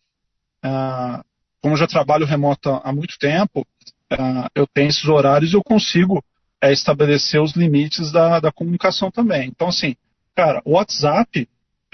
como eu já trabalho remoto há muito tempo, eu tenho esses horários e eu consigo estabelecer os limites da comunicação também. Então, assim, cara, o WhatsApp,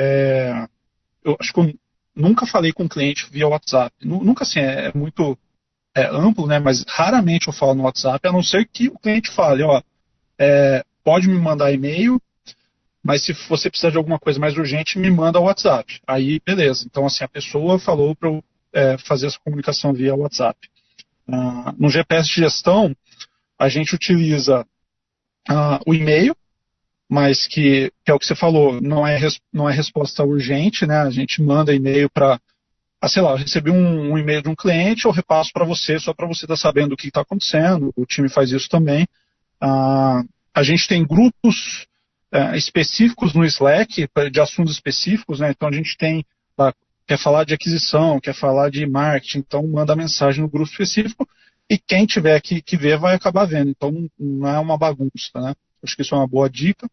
eu acho que eu nunca falei com um cliente via WhatsApp. Nunca, assim, é muito amplo, né? Mas raramente eu falo no WhatsApp, a não ser que o cliente fale, ó, pode me mandar e-mail, mas se você precisar de alguma coisa mais urgente, me manda o WhatsApp. Aí, beleza. Então, assim, a pessoa falou para eu fazer essa comunicação via WhatsApp. No GPS de gestão, a gente utiliza o e-mail, mas que é o que você falou, não é resposta urgente, né? A gente manda e-mail para, sei lá, eu recebi um e-mail de um cliente, eu repasso para você, só para você estar sabendo o que está acontecendo. O time faz isso também. A gente tem grupos específicos no Slack, de assuntos específicos, né? Então a gente tem, quer falar de aquisição, quer falar de marketing, então manda mensagem no grupo específico e quem tiver que ver vai acabar vendo. Então não é uma bagunça, né? Acho que isso é uma boa dica.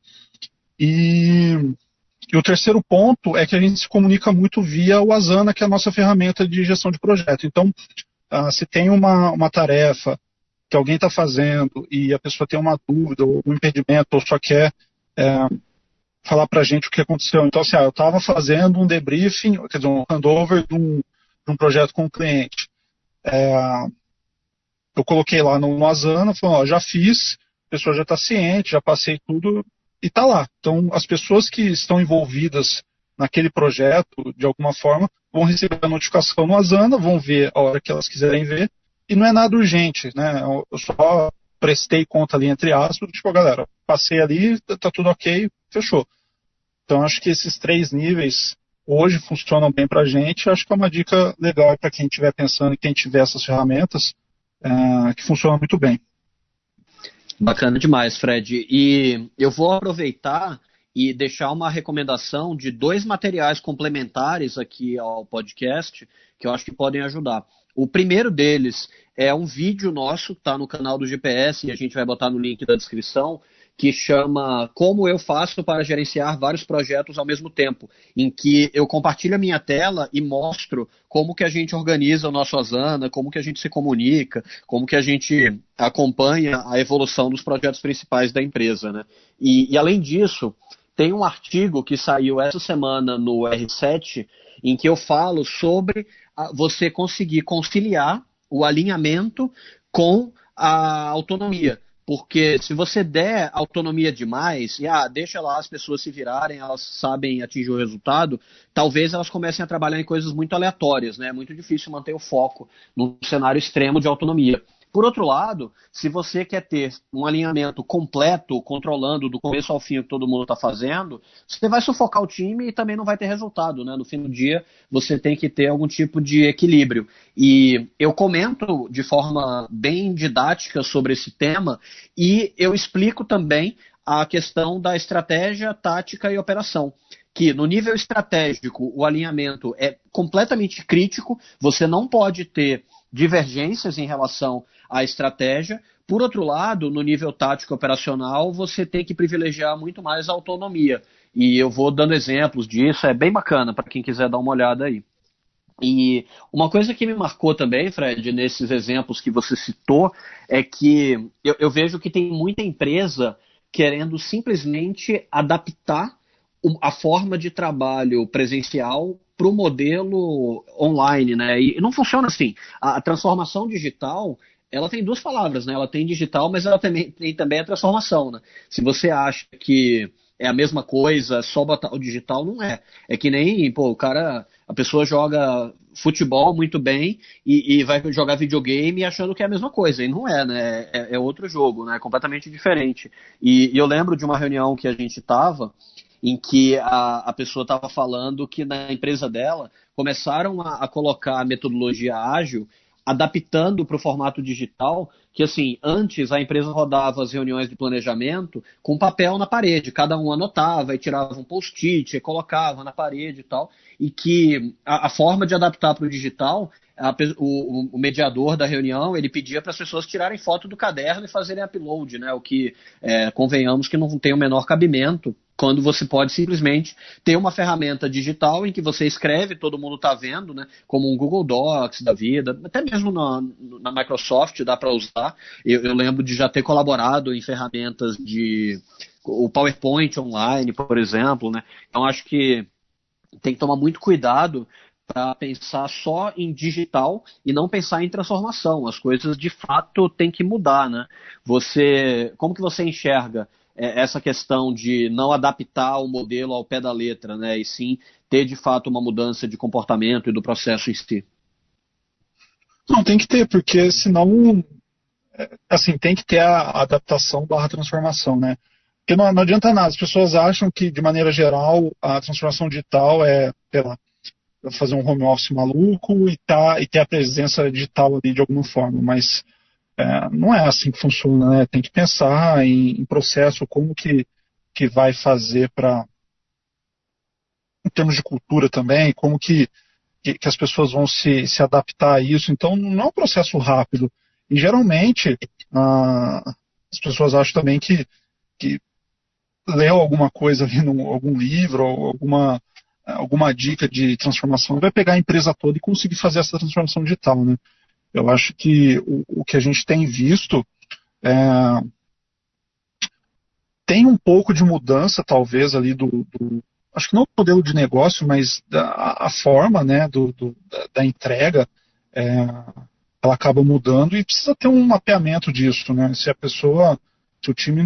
E o terceiro ponto é que a gente se comunica muito via o Asana, que é a nossa ferramenta de gestão de projeto. Então, se tem uma tarefa que alguém está fazendo e a pessoa tem uma dúvida ou um impedimento ou só quer falar para a gente o que aconteceu. Então, assim, eu estava fazendo um debriefing, quer dizer, um handover de um projeto com o cliente. Eu coloquei lá no Asana, falando, já fiz, a pessoa já está ciente, já passei tudo e está lá. Então, as pessoas que estão envolvidas naquele projeto, de alguma forma, vão receber a notificação no Asana, vão ver a hora que elas quiserem ver, e não é nada urgente, né? Eu só prestei conta ali, entre aspas, tipo, galera, passei ali, tá tudo ok, fechou. Então, acho que esses 3 níveis hoje funcionam bem para a gente. Acho que é uma dica legal para quem estiver pensando e quem tiver essas ferramentas, que funcionam muito bem. Bacana demais, Fred. E eu vou aproveitar e deixar uma recomendação de 2 materiais complementares aqui ao podcast que eu acho que podem ajudar. O primeiro deles é um vídeo nosso que está no canal do GPS e a gente vai botar no link da descrição, que chama Como Eu Faço para Gerenciar Vários Projetos ao Mesmo Tempo, em que eu compartilho a minha tela e mostro como que a gente organiza o nosso Asana, como que a gente se comunica, como que a gente acompanha a evolução dos projetos principais da empresa, né? E além disso, tem um artigo que saiu essa semana no R7, em que eu falo sobre você conseguir conciliar o alinhamento com a autonomia. Porque se você der autonomia demais, e deixa lá as pessoas se virarem, elas sabem atingir o resultado, talvez elas comecem a trabalhar em coisas muito aleatórias, né? É muito difícil manter o foco num cenário extremo de autonomia. Por outro lado, se você quer ter um alinhamento completo, controlando do começo ao fim o que todo mundo está fazendo, você vai sufocar o time e também não vai ter resultado, né? No fim do dia, você tem que ter algum tipo de equilíbrio. E eu comento de forma bem didática sobre esse tema e eu explico também a questão da estratégia, tática e operação. Que no nível estratégico o alinhamento é completamente crítico, você não pode ter divergências em relação à estratégia. Por outro lado, no nível tático operacional, você tem que privilegiar muito mais a autonomia. E eu vou dando exemplos disso, é bem bacana para quem quiser dar uma olhada aí. E uma coisa que me marcou também, Fred, nesses exemplos que você citou, é que eu vejo que tem muita empresa querendo simplesmente adaptar a forma de trabalho presencial para o modelo online, né? E não funciona assim. A transformação digital, ela tem duas palavras, né? Ela tem digital, mas ela tem também a transformação, né? Se você acha que é a mesma coisa, só botar o digital, não é. É que nem, pô, a pessoa joga futebol muito bem e vai jogar videogame achando que é a mesma coisa, e não é, né? É outro jogo, né? É completamente diferente. E eu lembro de uma reunião que a gente estava, em que a pessoa estava falando que na empresa dela começaram a colocar a metodologia ágil, adaptando para o formato digital, que assim, antes a empresa rodava as reuniões de planejamento com papel na parede, cada um anotava e tirava um post-it e colocava na parede e tal, e que a forma de adaptar para o digital, o mediador da reunião, ele pedia para as pessoas tirarem foto do caderno e fazerem upload, né, o que, convenhamos que não tem o menor cabimento, quando você pode simplesmente ter uma ferramenta digital em que você escreve, todo mundo está vendo, né, como um Google Docs da vida, até mesmo na Microsoft dá para usar. Eu lembro de já ter colaborado em ferramentas de o PowerPoint online, por exemplo, né? Então acho que tem que tomar muito cuidado para pensar só em digital e não pensar em transformação. As coisas de fato têm que mudar, né? Como que você enxerga essa questão de não adaptar o modelo ao pé da letra, né? E sim ter de fato uma mudança de comportamento e do processo em si? Não, tem que ter, porque senão, assim, tem que ter a adaptação barra transformação, né? Porque não adianta nada, as pessoas acham que, de maneira geral, a transformação digital é, sei lá, fazer um home office maluco e ter a presença digital ali de alguma forma, mas não é assim que funciona, né? Tem que pensar em processo, como que vai fazer para, em termos de cultura também, como que as pessoas vão se adaptar a isso. Então, não é um processo rápido. E, geralmente, as pessoas acham também que leu alguma coisa ali, algum livro, ou alguma dica de transformação, vai pegar a empresa toda e conseguir fazer essa transformação digital, né? Eu acho que o que a gente tem visto tem um pouco de mudança, talvez, ali acho que não o modelo de negócio, mas a forma, né, da entrega, ela acaba mudando e precisa ter um mapeamento disso, né? Se o time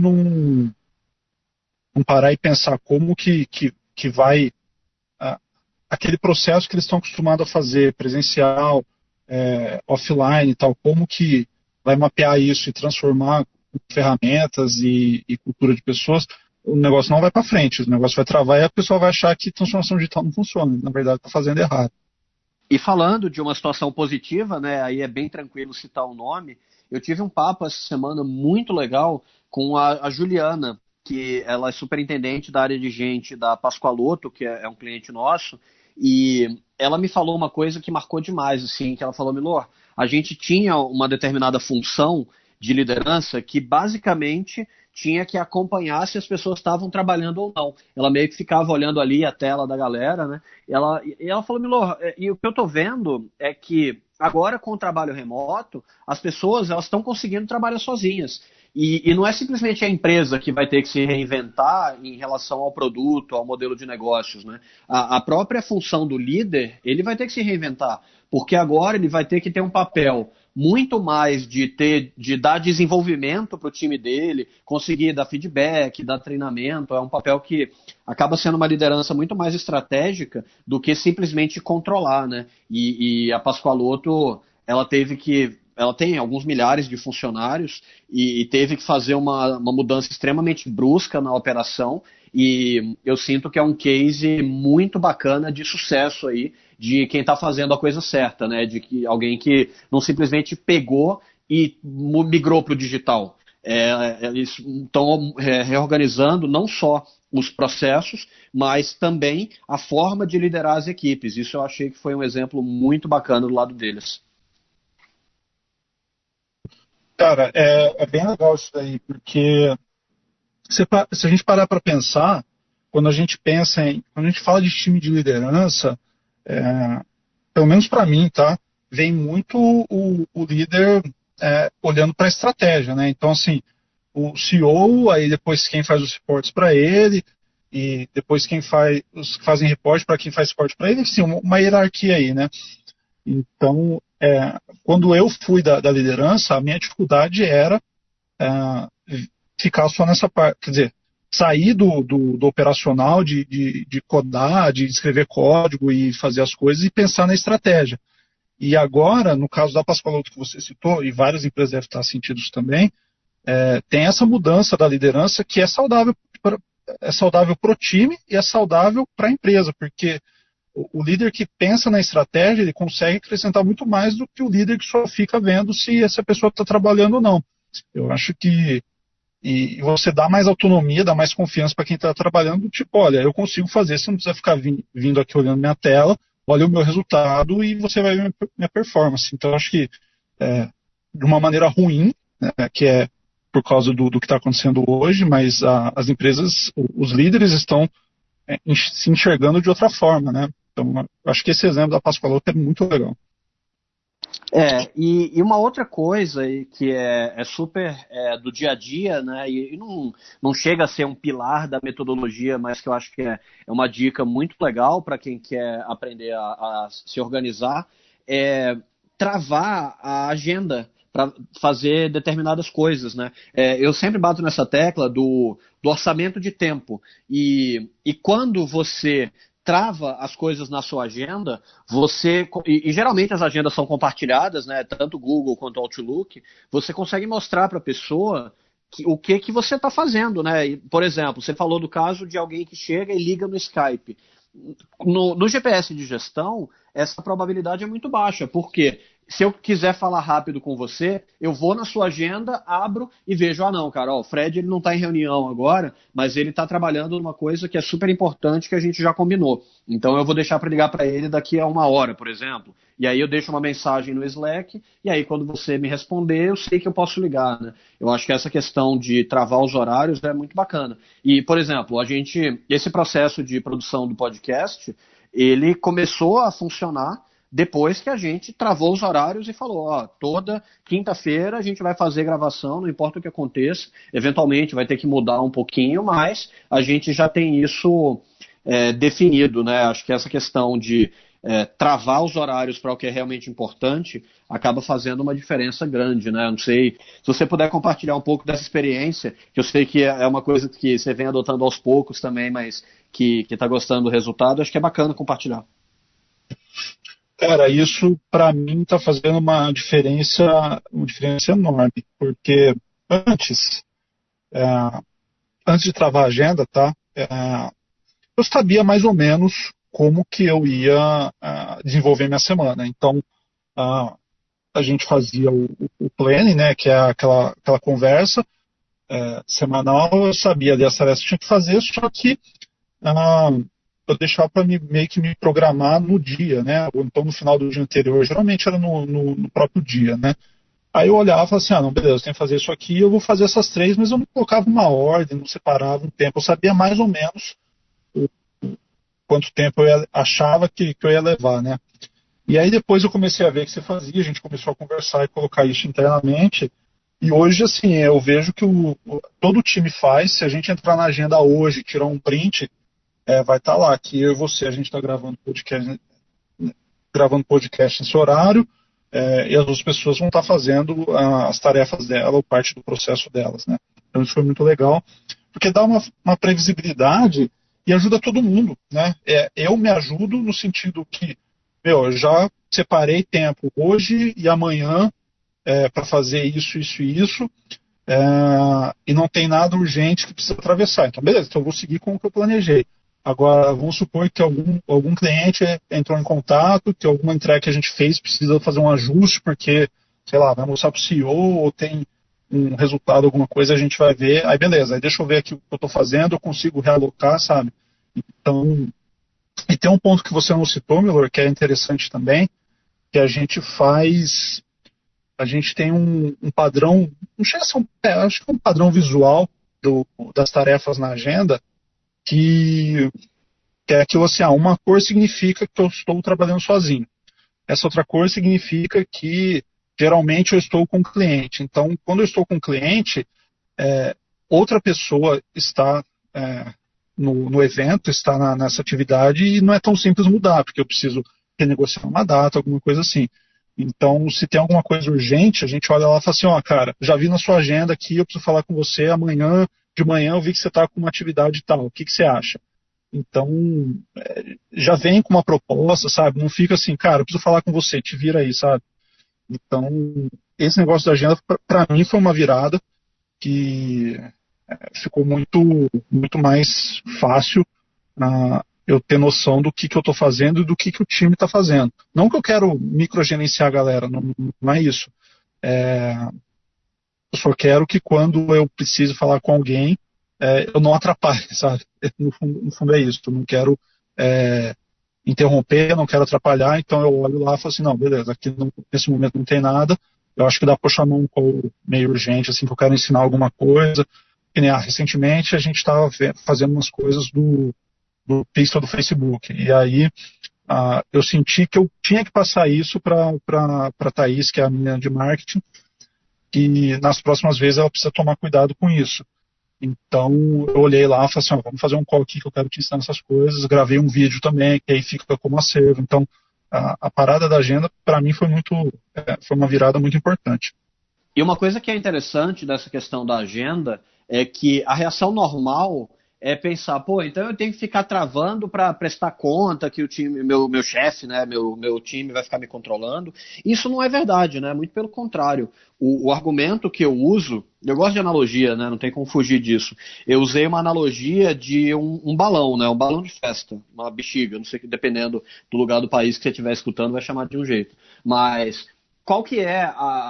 não parar e pensar como que vai aquele processo que eles estão acostumados a fazer, presencial, offline e tal, como que vai mapear isso e transformar em ferramentas e cultura de pessoas, o negócio não vai para frente, o negócio vai travar e a pessoa vai achar que transformação digital não funciona, na verdade está fazendo errado. E falando de uma situação positiva, né, aí é bem tranquilo citar o nome, eu tive um papo essa semana muito legal com a Juliana, que ela é superintendente da área de gente da Pascoaloto, que é um cliente nosso, e ela me falou uma coisa que marcou demais, assim, que ela falou, Milor, a gente tinha uma determinada função de liderança que basicamente tinha que acompanhar se as pessoas estavam trabalhando ou não. Ela meio que ficava olhando ali a tela da galera, né? E ela falou, Milor, e o que eu estou vendo é que agora com o trabalho remoto, as pessoas elas estão conseguindo trabalhar sozinhas. E não é simplesmente a empresa que vai ter que se reinventar em relação ao produto, ao modelo de negócios, né? A própria função do líder, ele vai ter que se reinventar, porque agora ele vai ter que ter um papel muito mais de dar desenvolvimento para o time dele, conseguir dar feedback, dar treinamento. É um papel que acaba sendo uma liderança muito mais estratégica do que simplesmente controlar, né? E a Pascoaloto, ela tem alguns milhares de funcionários e teve que fazer uma mudança extremamente brusca na operação, e eu sinto que é um case muito bacana de sucesso aí, de quem está fazendo a coisa certa, né? De que alguém que não simplesmente pegou e migrou para o digital. Eles estão reorganizando não só os processos, mas também a forma de liderar as equipes. Isso eu achei que foi um exemplo muito bacana do lado deles. Cara, é bem legal isso daí, porque se a gente parar para pensar, quando a gente quando a gente fala de time de liderança, pelo menos para mim, tá? Vem muito o líder olhando para a estratégia, né? Então, assim, o CEO, aí depois quem faz os reportes para ele, e depois os que fazem reporte para quem faz reporte para ele, assim, uma hierarquia aí, né? Então, quando eu fui da liderança, a minha dificuldade era ficar só nessa parte, quer dizer, sair do operacional, de codar, de escrever código e fazer as coisas e pensar na estratégia. E agora, no caso da Pascoaloto que você citou, e várias empresas devem estar sentindo isso também, tem essa mudança da liderança que é saudável para o time e é saudável para a empresa, porque o líder que pensa na estratégia, ele consegue acrescentar muito mais do que o líder que só fica vendo se essa pessoa está trabalhando ou não. Eu acho que e você dá mais autonomia, dá mais confiança para quem está trabalhando, tipo, olha, eu consigo fazer, você não precisa ficar vindo aqui olhando minha tela, olha o meu resultado e você vai ver minha performance. Então, eu acho que de uma maneira ruim, né, que é por causa do que está acontecendo hoje, mas as empresas, os líderes estão se enxergando de outra forma, né? Então, eu acho que esse exemplo da Pascoaloto é muito legal. E uma outra coisa que é super do dia a dia, né, e não chega a ser um pilar da metodologia, mas que eu acho que é uma dica muito legal para quem quer aprender a se organizar, é travar a agenda para fazer determinadas coisas, né? Eu sempre bato nessa tecla do orçamento de tempo. E quando você trava as coisas na sua agenda, e geralmente as agendas são compartilhadas, né, tanto Google quanto Outlook, você consegue mostrar para a pessoa o que você está fazendo, né? E, por exemplo, você falou do caso de alguém que chega e liga no Skype. No GPS de gestão, essa probabilidade é muito baixa, porque se eu quiser falar rápido com você, eu vou na sua agenda, abro e vejo, não, cara, o Fred ele não está em reunião agora, mas ele está trabalhando numa coisa que é super importante que a gente já combinou. Então eu vou deixar para ligar para ele daqui a 1 hora, por exemplo. E aí eu deixo uma mensagem no Slack, e aí quando você me responder, eu sei que eu posso ligar, né? Eu acho que essa questão de travar os horários é muito bacana. E, por exemplo, esse processo de produção do podcast, ele começou a funcionar depois que a gente travou os horários e falou, toda quinta-feira a gente vai fazer gravação, não importa o que aconteça, eventualmente vai ter que mudar um pouquinho, mas a gente já tem isso definido, né? Acho que essa questão de travar os horários para o que é realmente importante acaba fazendo uma diferença grande, né? Eu não sei se você puder compartilhar um pouco dessa experiência, que eu sei que é uma coisa que você vem adotando aos poucos também, mas que está gostando do resultado, acho que é bacana compartilhar. Cara, isso para mim está fazendo uma diferença enorme, porque antes de travar a agenda, tá? Eu sabia mais ou menos como que eu ia desenvolver minha semana. Então, a gente fazia o planning, né? Que é aquela conversa semanal. Eu sabia das tarefas que tinha que fazer, só que eu deixava para meio que me programar no dia, né? Ou então no final do dia anterior. Geralmente era no próprio dia, né? Aí eu olhava e falava assim, não, beleza, eu tenho que fazer isso aqui, eu vou fazer essas 3, mas eu não colocava uma ordem, não separava um tempo. Eu sabia mais ou menos quanto tempo achava que eu ia levar, né? E aí depois eu comecei a ver o que você fazia, a gente começou a conversar e colocar isso internamente. E hoje, assim, eu vejo que todo o time faz, se a gente entrar na agenda hoje, tirar um print, vai estar lá, que eu e você, a gente está gravando podcast nesse horário, e as outras pessoas vão estar fazendo as tarefas dela ou parte do processo delas, né? Então isso foi muito legal, porque dá uma previsibilidade e ajuda todo mundo, né? Eu me ajudo no sentido que, eu já separei tempo hoje e amanhã para fazer isso, e não tem nada urgente que precisa atravessar. Então, beleza, então eu vou seguir com o que eu planejei. Agora, vamos supor que algum cliente entrou em contato, que alguma entrega que a gente fez precisa fazer um ajuste, porque, sei lá, vai mostrar para o CEO ou tem um resultado, alguma coisa, a gente vai ver. Aí, beleza, aí deixa eu ver aqui o que eu estou fazendo, eu consigo realocar, sabe? Então, e tem um ponto que você não citou, Milor, que é interessante também, que a gente faz a gente tem um padrão, não chega a ser acho que é um padrão visual das tarefas na agenda, que é aquilo assim, uma cor significa que eu estou trabalhando sozinho. Essa outra cor significa que geralmente eu estou com o cliente. Então, quando eu estou com o cliente, outra pessoa está no evento, está nessa atividade, e não é tão simples mudar, porque eu preciso renegociar uma data, alguma coisa assim. Então, se tem alguma coisa urgente, a gente olha lá e fala assim, cara, já vi na sua agenda aqui, eu preciso falar com você amanhã, de manhã eu vi que você está com uma atividade tal, o que você acha? Então, já vem com uma proposta, sabe? Não fica assim, cara, eu preciso falar com você, te vira aí, sabe? Então, esse negócio da agenda, para mim, foi uma virada que ficou muito, muito mais fácil eu ter noção do que eu estou fazendo e do que o time está fazendo. Não que eu quero microgerenciar a galera, não é isso. Eu só quero que quando eu preciso falar com alguém, eu não atrapalhe, sabe? No fundo é isso. Eu não quero interromper, não quero atrapalhar, então eu olho lá e falo assim, não, beleza, aqui nesse momento não tem nada, eu acho que dá para chamar um call meio urgente, assim, que eu quero ensinar alguma coisa. Que nem, recentemente a gente estava fazendo umas coisas do pista do Facebook, e aí eu senti que eu tinha que passar isso para a Thaís, que é a minha de marketing, e nas próximas vezes ela precisa tomar cuidado com isso. Então eu olhei lá e falei assim, vamos fazer um call aqui que eu quero te ensinar essas coisas, gravei um vídeo também, que aí fica como acervo. Então a parada da agenda, para mim, foi uma virada muito importante. E uma coisa que é interessante dessa questão da agenda é que a reação normal é pensar, então eu tenho que ficar travando para prestar conta que o time, meu chefe, né, meu time vai ficar me controlando. Isso não é verdade, né? Muito pelo contrário. O argumento que eu uso, eu gosto de analogia, né? Não tem como fugir disso. Eu usei uma analogia de um balão, né? Um balão de festa, uma bexiga, não sei, dependendo do lugar do país que você estiver escutando, vai chamar de um jeito. Mas qual que é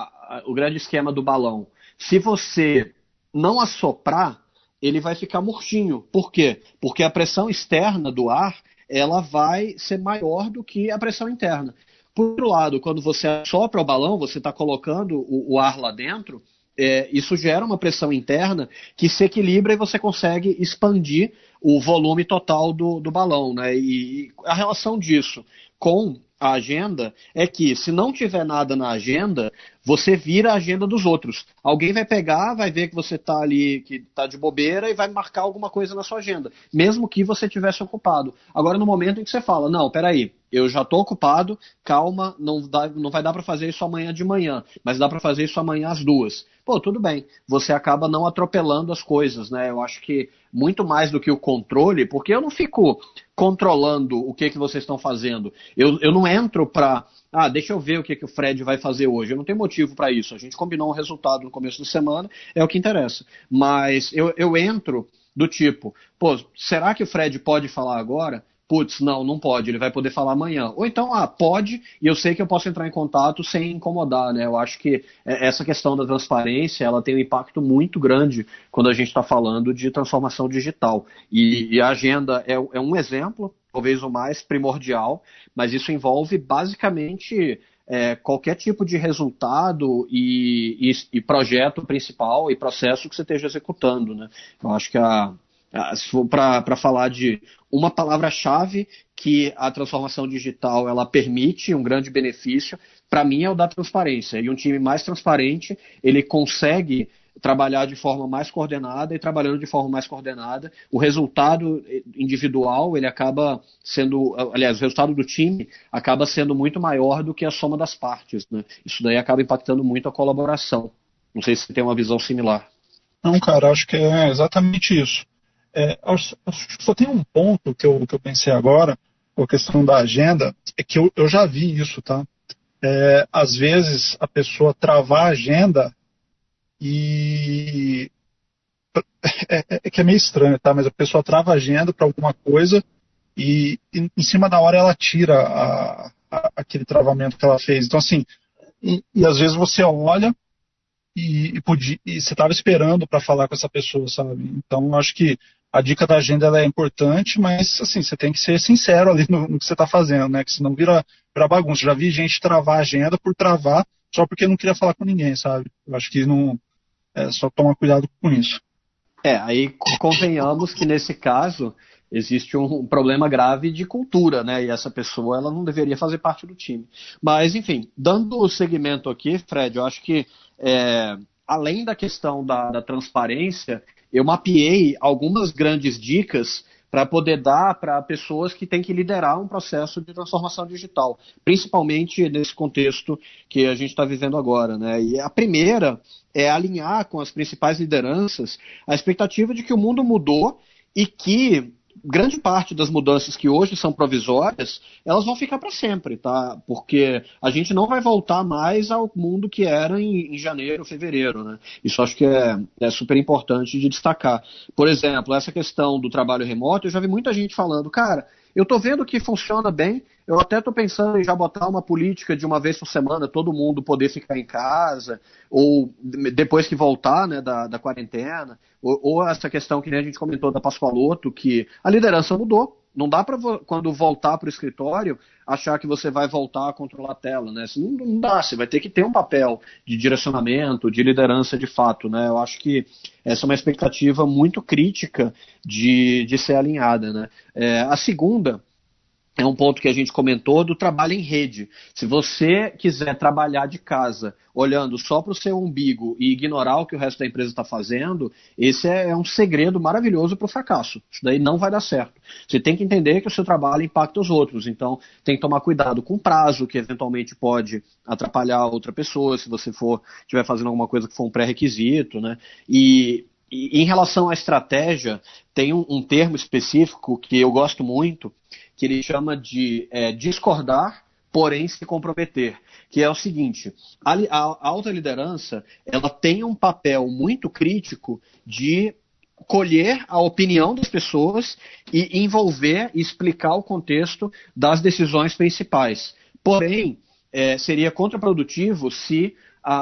o grande esquema do balão? Se você não assoprar, ele vai ficar murchinho. Por quê? Porque a pressão externa do ar, ela vai ser maior do que a pressão interna. Por outro lado, quando você assopra o balão, você está colocando o ar lá dentro, isso gera uma pressão interna que se equilibra e você consegue expandir o volume total do balão, né? E a relação disso com a agenda é que, se não tiver nada na agenda, você vira a agenda dos outros. Alguém vai pegar, vai ver que você está ali, que está de bobeira, e vai marcar alguma coisa na sua agenda, mesmo que você estivesse ocupado. Agora, no momento em que você fala, não, peraí, eu já estou ocupado, calma, não vai dar para fazer isso amanhã de manhã, mas dá para fazer isso amanhã às 2. Tudo bem, você acaba não atropelando as coisas, né? Eu acho que muito mais do que o controle, porque eu não fico controlando o que vocês estão fazendo. Eu não entro para, deixa eu ver o que o Fred vai fazer hoje. Eu não tenho motivo para isso. A gente combinou um resultado no começo da semana, é o que interessa. Mas eu entro do tipo, será que o Fred pode falar agora? Putz, não pode, ele vai poder falar amanhã. Ou então, pode, e eu sei que eu posso entrar em contato sem incomodar, né? Eu acho que essa questão da transparência, ela tem um impacto muito grande quando a gente está falando de transformação digital. E a agenda é um exemplo, talvez o mais primordial, mas isso envolve basicamente qualquer tipo de resultado e projeto principal e processo que você esteja executando, né? Eu acho que se for para falar de uma palavra-chave que a transformação digital ela permite um grande benefício, para mim é o da transparência. E um time mais transparente, ele consegue trabalhar de forma mais coordenada, e trabalhando de forma mais coordenada, o resultado individual, ele acaba sendo, aliás, o resultado do time acaba sendo muito maior do que a soma das partes, né? Isso daí acaba impactando muito a colaboração. Não sei se você tem uma visão similar. Não, cara, acho que é exatamente isso. Acho que só tem um ponto que eu pensei agora, com a questão da agenda, é que eu já vi isso, tá? Às vezes a pessoa travar a agenda e que é meio estranho, tá? Mas a pessoa trava a agenda para alguma coisa e em cima da hora ela tira aquele travamento que ela fez. Então, assim, e às vezes você olha e você estava esperando para falar com essa pessoa, sabe? Então, eu acho que a dica da agenda ela é importante, mas assim, você tem que ser sincero ali no que você está fazendo, né? Que senão vira bagunça. Já vi gente travar a agenda por travar só porque não queria falar com ninguém, sabe? Eu acho que não é só tomar cuidado com isso. Aí convenhamos que nesse caso existe um problema grave de cultura, né? E essa pessoa ela não deveria fazer parte do time. Mas, enfim, dando o segmento aqui, Fred, eu acho que além da questão da transparência, eu mapeei algumas grandes dicas para poder dar para pessoas que têm que liderar um processo de transformação digital, principalmente nesse contexto que a gente está vivendo agora, né? E a primeira é alinhar com as principais lideranças a expectativa de que o mundo mudou e que grande parte das mudanças que hoje são provisórias, elas vão ficar para sempre, tá? Porque a gente não vai voltar mais ao mundo que era em janeiro, fevereiro, né? Isso acho que é super importante de destacar. Por exemplo, essa questão do trabalho remoto, eu já vi muita gente falando, cara, eu estou vendo que funciona bem, eu até estou pensando em já botar uma política de uma vez por semana, todo mundo poder ficar em casa, ou depois que voltar, né, da quarentena, ou essa questão que nem a gente comentou da Pascoaloto, que a liderança mudou. Não dá para, quando voltar para o escritório, achar que você vai voltar a controlar a tela, né? Não dá, você vai ter que ter um papel de direcionamento, de liderança de fato, né? Eu acho que essa é uma expectativa muito crítica de ser alinhada, né? A segunda é um ponto que a gente comentou do trabalho em rede. Se você quiser trabalhar de casa olhando só para o seu umbigo e ignorar o que o resto da empresa está fazendo, esse é um segredo maravilhoso para o fracasso. Isso daí não vai dar certo. Você tem que entender que o seu trabalho impacta os outros, então tem que tomar cuidado com o prazo, que eventualmente pode atrapalhar outra pessoa, se você estiver fazendo alguma coisa que for um pré-requisito, né? E em relação à estratégia, tem um termo específico que eu gosto muito, que ele chama de discordar, porém se comprometer, que é o seguinte, a alta liderança ela tem um papel muito crítico de colher a opinião das pessoas e envolver e explicar o contexto das decisões principais. Porém, seria contraprodutivo se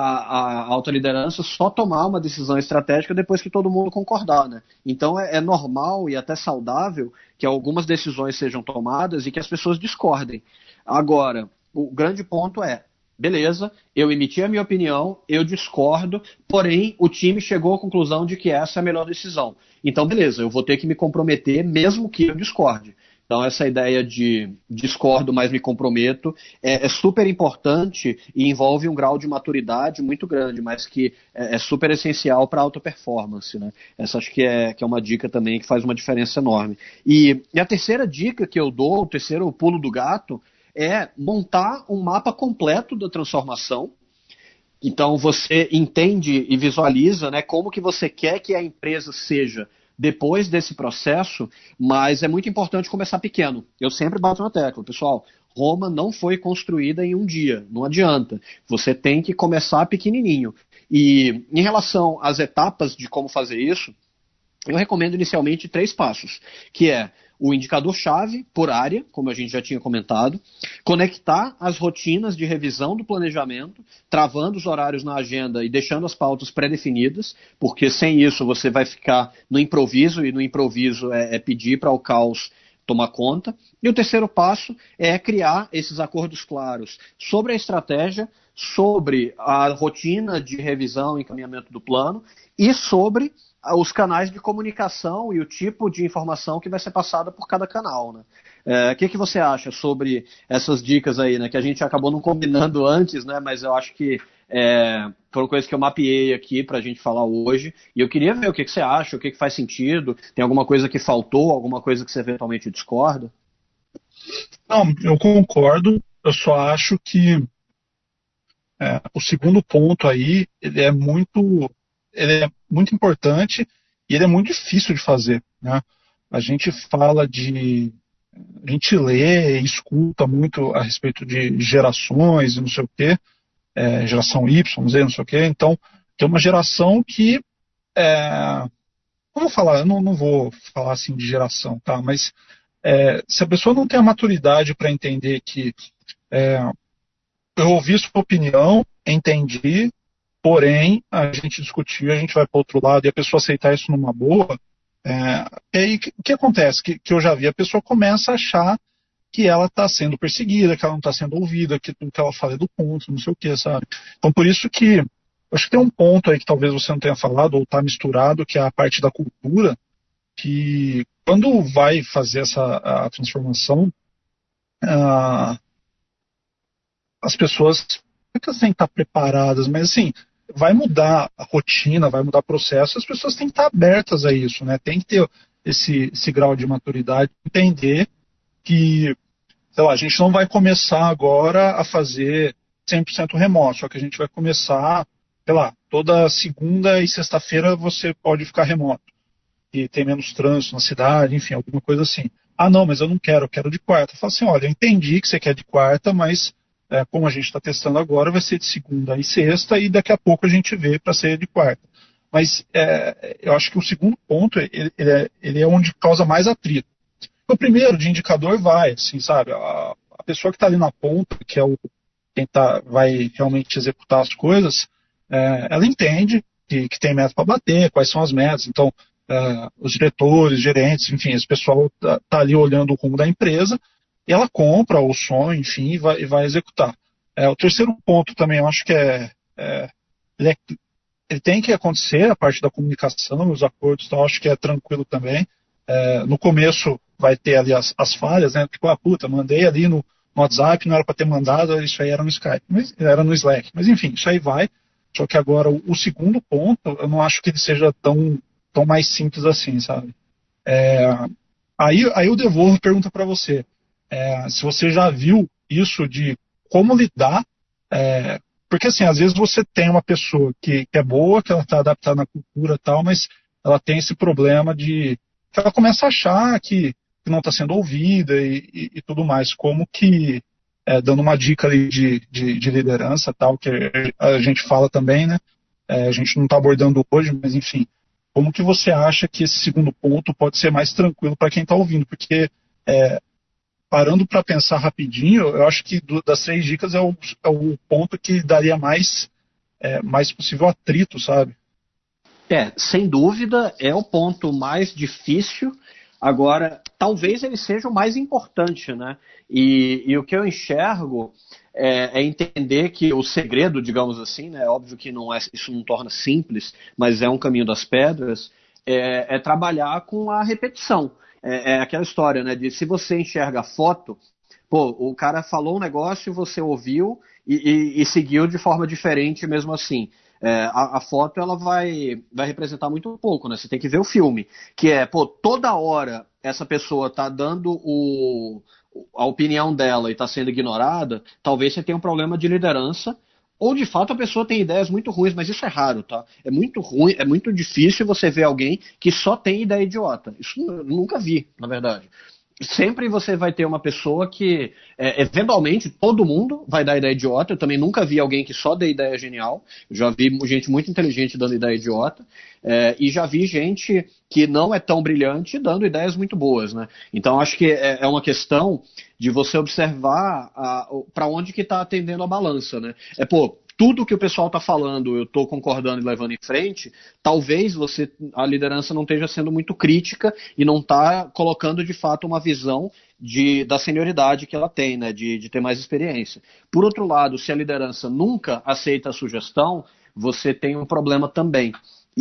a alta liderança só tomar uma decisão estratégica depois que todo mundo concordar, né? Então é normal e até saudável que algumas decisões sejam tomadas e que as pessoas discordem. Agora, o grande ponto beleza, eu emiti a minha opinião, eu discordo, porém o time chegou à conclusão de que essa é a melhor decisão. Então, beleza, eu vou ter que me comprometer mesmo que eu discorde. Então, essa ideia de discordo, mas me comprometo, é super importante e envolve um grau de maturidade muito grande, mas que é super essencial para a alta performance, né? Essa acho que é uma dica também que faz uma diferença enorme. E a terceira dica que eu dou, o terceiro pulo do gato, é montar um mapa completo da transformação. Então, você entende e visualiza, né, como que você quer que a empresa seja depois desse processo, mas é muito importante começar pequeno. Eu sempre bato na tecla, pessoal, Roma não foi construída em um dia, não adianta. Você tem que começar pequenininho. E em relação às etapas de como fazer isso, eu recomendo inicialmente 3 passos, que é o indicador-chave por área, como a gente já tinha comentado, conectar as rotinas de revisão do planejamento, travando os horários na agenda e deixando as pautas pré-definidas, porque sem isso você vai ficar no improviso, e no improviso é pedir para o caos tomar conta. E o terceiro passo é criar esses acordos claros sobre a estratégia, sobre a rotina de revisão e encaminhamento do plano e sobre os canais de comunicação e o tipo de informação que vai ser passada por cada canal, né? O que você acha sobre essas dicas aí, né? Que a gente acabou não combinando antes, né? Mas eu acho que foram coisas que eu mapeei aqui para a gente falar hoje. E eu queria ver o que você acha, o que faz sentido. Tem alguma coisa que faltou, alguma coisa que você eventualmente discorda? Não, eu concordo. Eu só acho que o segundo ponto aí, ele é muito importante e ele é muito difícil de fazer, né? A gente lê e escuta muito a respeito de gerações e não sei o quê, geração Y, Z, não sei o quê. Então, tem uma geração que não vou falar assim de geração, tá? Mas se a pessoa não tem a maturidade para entender que eu ouvi sua opinião, entendi, porém, a gente discutiu, a gente vai para outro lado e a pessoa aceitar isso numa boa, e aí o que acontece? Que eu já vi, a pessoa começa a achar que ela está sendo perseguida, que ela não está sendo ouvida, que tudo que ela fala é do ponto, não sei o que, sabe? Então, por isso que acho que tem um ponto aí que talvez você não tenha falado, ou está misturado, que é a parte da cultura, que quando vai fazer a transformação, ah, as pessoas, não é que elas têm que estar preparadas, mas assim, vai mudar a rotina, vai mudar o processo, as pessoas têm que estar abertas a isso, né? Tem que ter esse grau de maturidade, entender que, sei lá, a gente não vai começar agora a fazer 100% remoto, só que a gente vai começar, sei lá, toda segunda e sexta-feira você pode ficar remoto, e tem menos trânsito na cidade, enfim, alguma coisa assim. Ah, não, mas eu não quero, eu quero de quarta. Eu falo assim, olha, eu entendi que você quer de quarta, mas como a gente está testando agora, vai ser de segunda e sexta, e daqui a pouco a gente vê para ser de quarta. Mas eu acho que o segundo ponto, ele é onde causa mais atrito. O primeiro, de indicador, vai, assim, sabe? A pessoa que está ali na ponta, que é quem vai realmente executar as coisas, ela entende que tem meta para bater, quais são as metas. Então, os diretores, gerentes, enfim, esse pessoal tá ali olhando o rumo da empresa, e ela compra o sonho, enfim, e vai executar. O terceiro ponto também, eu acho que ele tem que acontecer, a parte da comunicação, os acordos, então, eu acho que é tranquilo também. No começo vai ter ali as falhas, né? Tipo, puta, mandei ali no WhatsApp, não era para ter mandado, isso aí era no Skype, mas era no Slack. Mas enfim, isso aí vai. Só que agora o segundo ponto, eu não acho que ele seja tão mais simples assim, sabe? Aí eu devolvo a pergunta para você. Se você já viu isso de como lidar, porque assim, às vezes você tem uma pessoa que é boa, que ela está adaptada na cultura e tal, mas ela tem esse problema de que ela começa a achar que não está sendo ouvida e tudo mais. Como que, dando uma dica ali de liderança tal, que a gente fala também, né? A gente não está abordando hoje, mas enfim, como que você acha que esse segundo ponto pode ser mais tranquilo para quem está ouvindo? Porque, parando para pensar rapidinho, eu acho que das 3 dicas é o ponto que daria mais possível atrito, sabe? Sem dúvida, é o ponto mais difícil. Agora, talvez ele seja o mais importante, né? E o que eu enxergo é entender que o segredo, digamos assim, né? Óbvio que isso não torna simples, mas é um caminho das pedras, é trabalhar com a repetição. É aquela história, né? De se você enxerga a foto, pô, o cara falou um negócio, você ouviu e seguiu de forma diferente mesmo assim. A foto ela vai representar muito pouco, né? Você tem que ver o filme, que toda hora essa pessoa tá dando a opinião dela e está sendo ignorada, talvez você tenha um problema de liderança, ou de fato a pessoa tem ideias muito ruins, mas isso é raro, tá? É muito ruim, é muito difícil você ver alguém que só tem ideia idiota. Isso eu nunca vi, na verdade. Sempre você vai ter uma pessoa que, eventualmente, todo mundo vai dar ideia idiota. Eu também nunca vi alguém que só dê ideia genial. Eu já vi gente muito inteligente dando ideia idiota. E já vi gente que não é tão brilhante dando ideias muito boas, né? Então, acho que é uma questão de você observar para onde que está atendendo a balança, né? Tudo que o pessoal está falando, eu estou concordando e levando em frente, talvez a liderança não esteja sendo muito crítica e não está colocando de fato uma visão da senioridade que ela tem, né, de ter mais experiência. Por outro lado, se a liderança nunca aceita a sugestão, você tem um problema também.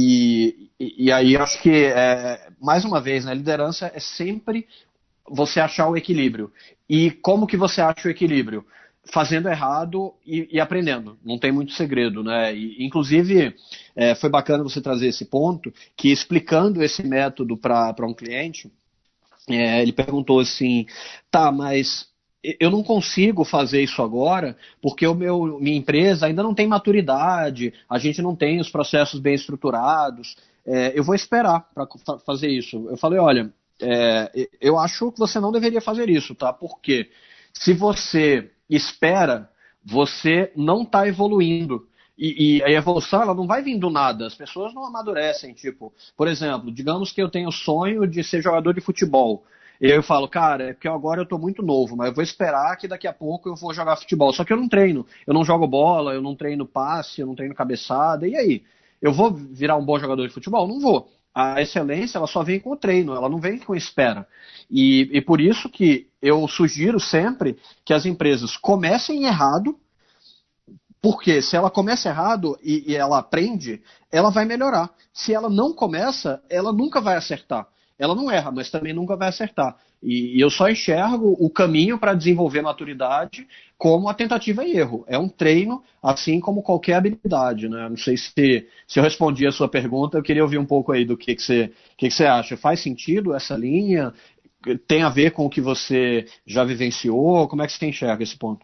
E aí acho que, mais uma vez, né, a liderança é sempre você achar o equilíbrio. E como que você acha o equilíbrio? Fazendo errado e aprendendo. Não tem muito segredo, né? Inclusive, foi bacana você trazer esse ponto, que explicando esse método para um cliente, ele perguntou assim, tá, mas eu não consigo fazer isso agora porque minha empresa ainda não tem maturidade, a gente não tem os processos bem estruturados, eu vou esperar para fazer isso. Eu falei, olha, eu acho que você não deveria fazer isso, tá? Porque se você espera, você não está evoluindo. E a evolução ela não vai vir do nada. As pessoas não amadurecem. Tipo, por exemplo, digamos que eu tenho o sonho de ser jogador de futebol. E aí eu falo, cara, é porque agora eu estou muito novo, mas eu vou esperar que daqui a pouco eu vou jogar futebol. Só que eu não treino. Eu não jogo bola, eu não treino passe, eu não treino cabeçada. E aí? Eu vou virar um bom jogador de futebol? Não vou. A excelência ela só vem com o treino, ela não vem com espera. E por isso que eu sugiro sempre que as empresas comecem errado, porque se ela começa errado e ela aprende, ela vai melhorar. Se ela não começa, ela nunca vai acertar. Ela não erra, mas também nunca vai acertar. E eu só enxergo o caminho para desenvolver maturidade como a tentativa e erro. É um treino, assim como qualquer habilidade, né? Não sei se eu respondi a sua pergunta, eu queria ouvir um pouco aí do que você acha. Faz sentido essa linha? Tem a ver com o que você já vivenciou? Como é que você enxerga esse ponto?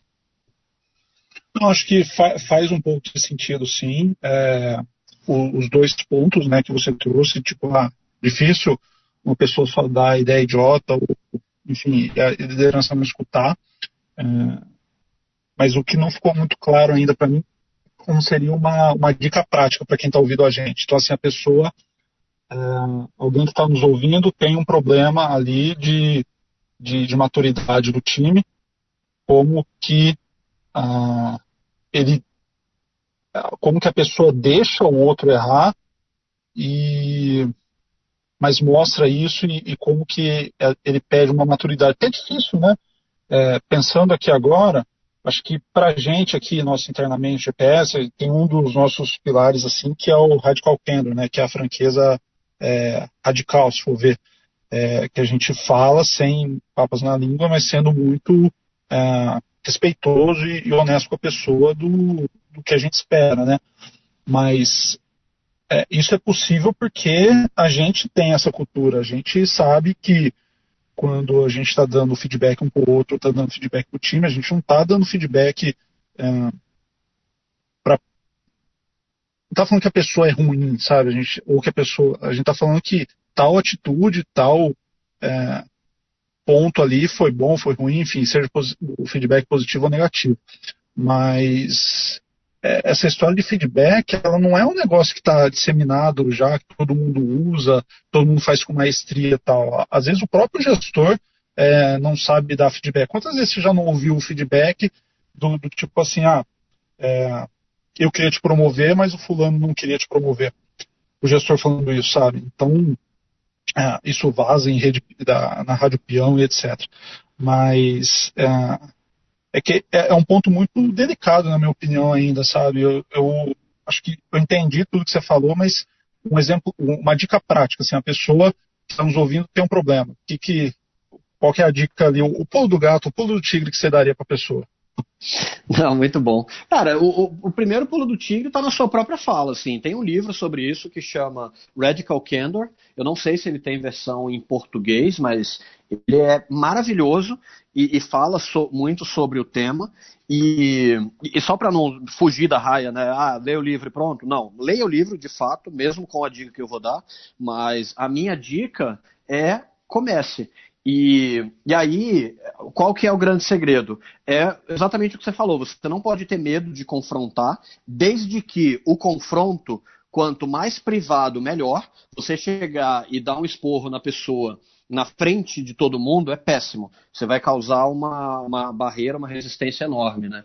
Eu acho que faz um pouco de sentido, sim. Os dois pontos, né, que você trouxe, tipo, difícil uma pessoa só dar ideia idiota, ou, enfim, a liderança não escutar. É, mas o que não ficou muito claro ainda para mim, como seria uma dica prática para quem está ouvindo a gente. Então, assim, a pessoa, alguém que está nos ouvindo, tem um problema ali de maturidade do time, como que ele como que a pessoa deixa o outro errar mas mostra isso e como que ele pede uma maturidade. É difícil, né? Pensando aqui agora, acho que para a gente aqui, nosso internamente GPS, tem um dos nossos pilares assim que é o Radical Candor, né? Que é a franqueza radical, se for ver, que a gente fala sem papas na língua, mas sendo muito respeitoso e honesto com a pessoa do que a gente espera, né? Mas isso é possível porque a gente tem essa cultura, a gente sabe que quando a gente está dando feedback um para o outro, está dando feedback para o time, a gente não está dando feedback para. Não está falando que a pessoa é ruim, sabe? Ou que a gente está falando que tal atitude, tal ponto ali foi bom, foi ruim, enfim, seja o feedback positivo ou negativo. Mas essa história de feedback, ela não é um negócio que está disseminado já, que todo mundo usa, todo mundo faz com maestria e tal. Às vezes o próprio gestor não sabe dar feedback. Quantas vezes você já não ouviu o feedback do tipo assim, eu queria te promover, mas o fulano não queria te promover. O gestor falando isso, sabe? Então, isso vaza em rede, na Rádio Peão e etc. Mas que é um ponto muito delicado, na minha opinião, ainda, sabe? Eu acho que eu entendi tudo que você falou, mas um exemplo, uma dica prática, assim, a pessoa que está nos ouvindo tem um problema. Qual que é a dica ali? O pulo do gato, o pulo do tigre que você daria para a pessoa? Não, muito bom. Cara, o primeiro pulo do tigre está na sua própria fala, assim. Tem um livro sobre isso que chama Radical Candor. Eu não sei se ele tem versão em português, mas ele é maravilhoso e fala muito sobre o tema. E só para não fugir da raia, né? Leia o livro e pronto. Não, leia o livro de fato, mesmo com a dica que eu vou dar. Mas a minha dica é comece. E aí, qual que é o grande segredo? É exatamente o que você falou, você não pode ter medo de confrontar, desde que o confronto, quanto mais privado, melhor. Você chegar e dar um esporro na pessoa na frente de todo mundo é péssimo. Você vai causar uma barreira, uma resistência enorme, né?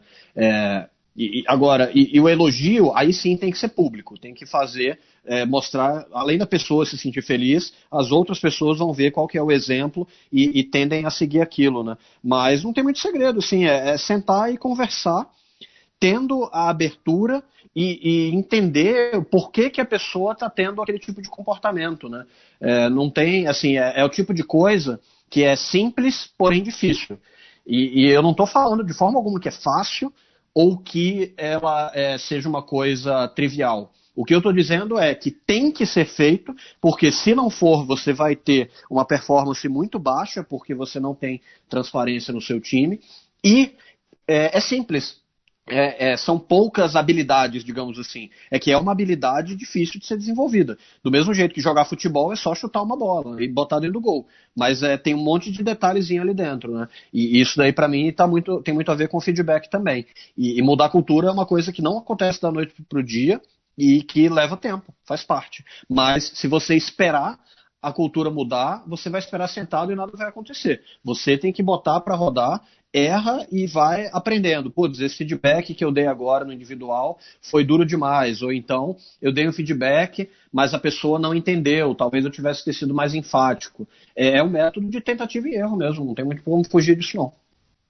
Agora, o elogio, aí sim tem que ser público, tem que fazer, mostrar, além da pessoa se sentir feliz, as outras pessoas vão ver qual que é o exemplo e tendem a seguir aquilo, né? Mas não tem muito segredo, assim, é sentar e conversar, tendo a abertura e entender por que a pessoa está tendo aquele tipo de comportamento, né? Não tem, assim, é o tipo de coisa que é simples, porém difícil. E eu não estou falando de forma alguma que é fácil, ou que ela seja uma coisa trivial. O que eu estou dizendo é que tem que ser feito, porque se não for, você vai ter uma performance muito baixa, porque você não tem transparência no seu time. E é simples. São poucas habilidades, digamos assim. Que é uma habilidade difícil de ser desenvolvida. Do mesmo jeito que jogar futebol é só chutar uma bola e botar dentro do gol. Mas tem um monte de detalhezinho ali dentro, né? E isso daí, para mim, tem muito a ver com feedback também. E mudar a cultura é uma coisa que não acontece da noite pro dia e que leva tempo, faz parte. Mas se você esperar a cultura mudar, você vai esperar sentado e nada vai acontecer. Você tem que botar para rodar erra e vai aprendendo. Putz, esse feedback que eu dei agora no individual foi duro demais. Ou então, eu dei um feedback, mas a pessoa não entendeu. Talvez eu tivesse que ter sido mais enfático. É um método de tentativa e erro mesmo. Não tem muito como fugir disso, não.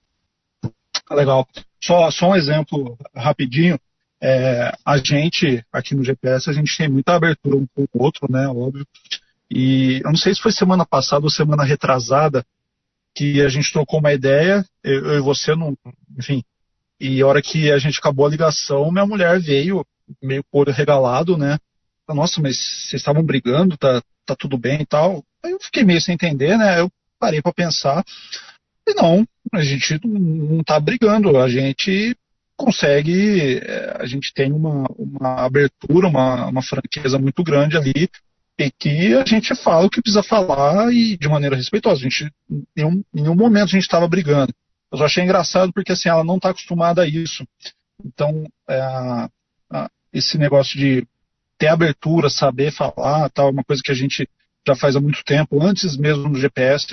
Legal. Só um exemplo rapidinho. A gente, aqui no GPS, a gente tem muita abertura um com o outro, né? Óbvio. E eu não sei se foi semana passada ou semana retrasada que a gente trocou uma ideia, eu e você, não, enfim. E a hora que a gente acabou a ligação, minha mulher veio meio com o olho regalado, né? Nossa, mas vocês estavam brigando, tá tudo bem e tal. Aí eu fiquei meio sem entender, né? Eu parei para pensar. E não, a gente não tá brigando, a gente consegue, a gente tem uma abertura, uma franqueza muito grande ali, e que a gente fala o que precisa falar e de maneira respeitosa. A gente, em nenhum momento a gente estava brigando. Eu só achei engraçado porque assim, ela não está acostumada a isso. Então, esse negócio de ter abertura, saber falar, tal, é uma coisa que a gente já faz há muito tempo. Antes mesmo no GPS,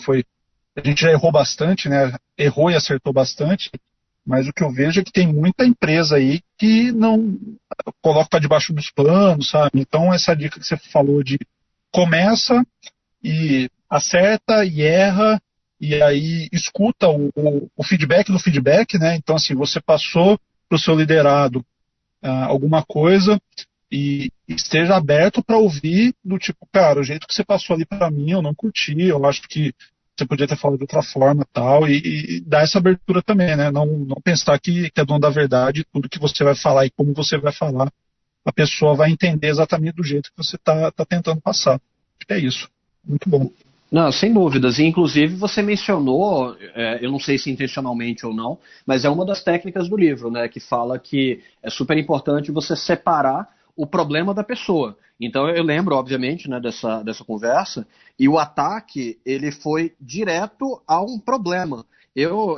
a gente já errou bastante, né? Errou e acertou bastante, mas o que eu vejo é que tem muita empresa aí que não coloca para debaixo dos panos, sabe? Então essa dica que você falou de começa e acerta e erra e aí escuta o feedback do feedback, né? Então assim, você passou para o seu liderado alguma coisa e esteja aberto para ouvir do tipo, cara, o jeito que você passou ali para mim eu não curti, eu acho que você podia ter falado de outra forma tal, e dar essa abertura também, né? Não pensar que é dono da verdade, tudo que você vai falar e como você vai falar, a pessoa vai entender exatamente do jeito que você está tentando passar. Acho que é isso. Muito bom. Não, sem dúvidas. E, inclusive, você mencionou, eu não sei se intencionalmente ou não, mas é uma das técnicas do livro, né? Que fala que é super importante você separar o problema da pessoa. Então, eu lembro, obviamente, né, dessa conversa, e o ataque, ele foi direto a um problema. Eu,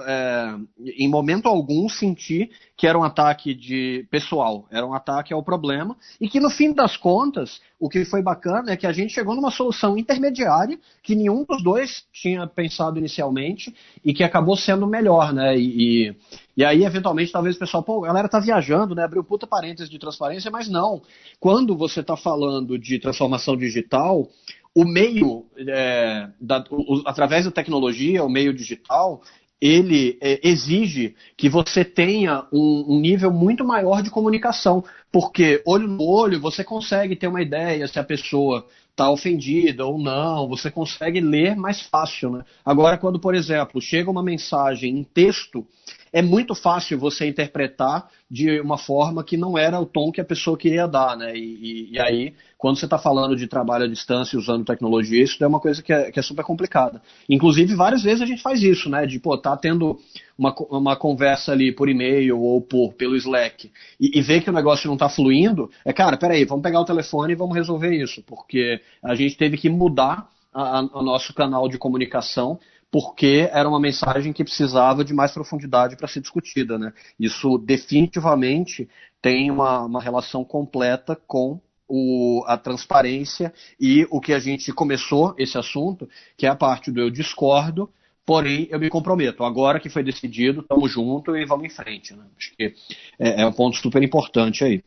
em momento algum, senti que era um ataque pessoal, era um ataque ao problema, e que no fim das contas, o que foi bacana é que a gente chegou numa solução intermediária que nenhum dos dois tinha pensado inicialmente e que acabou sendo melhor, né? E aí, eventualmente, talvez o pessoal, pô, a galera tá viajando, né? Abriu puta parênteses de transparência, mas não. Quando você está falando de transformação digital, o meio, através da tecnologia, o meio digital, ele exige que você tenha um nível muito maior de comunicação, porque olho no olho você consegue ter uma ideia se a pessoa está ofendida ou não, você consegue ler mais fácil, né? Agora, quando, por exemplo, chega uma mensagem em texto, é muito fácil você interpretar de uma forma que não era o tom que a pessoa queria dar, né? E aí, quando você está falando de trabalho à distância usando tecnologia, isso é uma coisa que é super complicada. Inclusive, várias vezes a gente faz isso, né? De, pô, tá tendo uma conversa ali por e-mail ou pelo Slack e ver que o negócio não está fluindo, cara, peraí, vamos pegar o telefone e vamos resolver isso, porque a gente teve que mudar o nosso canal de comunicação porque era uma mensagem que precisava de mais profundidade para ser discutida, né? Isso definitivamente tem uma relação completa com a transparência e o que a gente começou esse assunto, que é a parte do eu discordo, porém eu me comprometo. Agora que foi decidido, estamos juntos e vamos em frente, né? Acho que é um ponto super importante aí.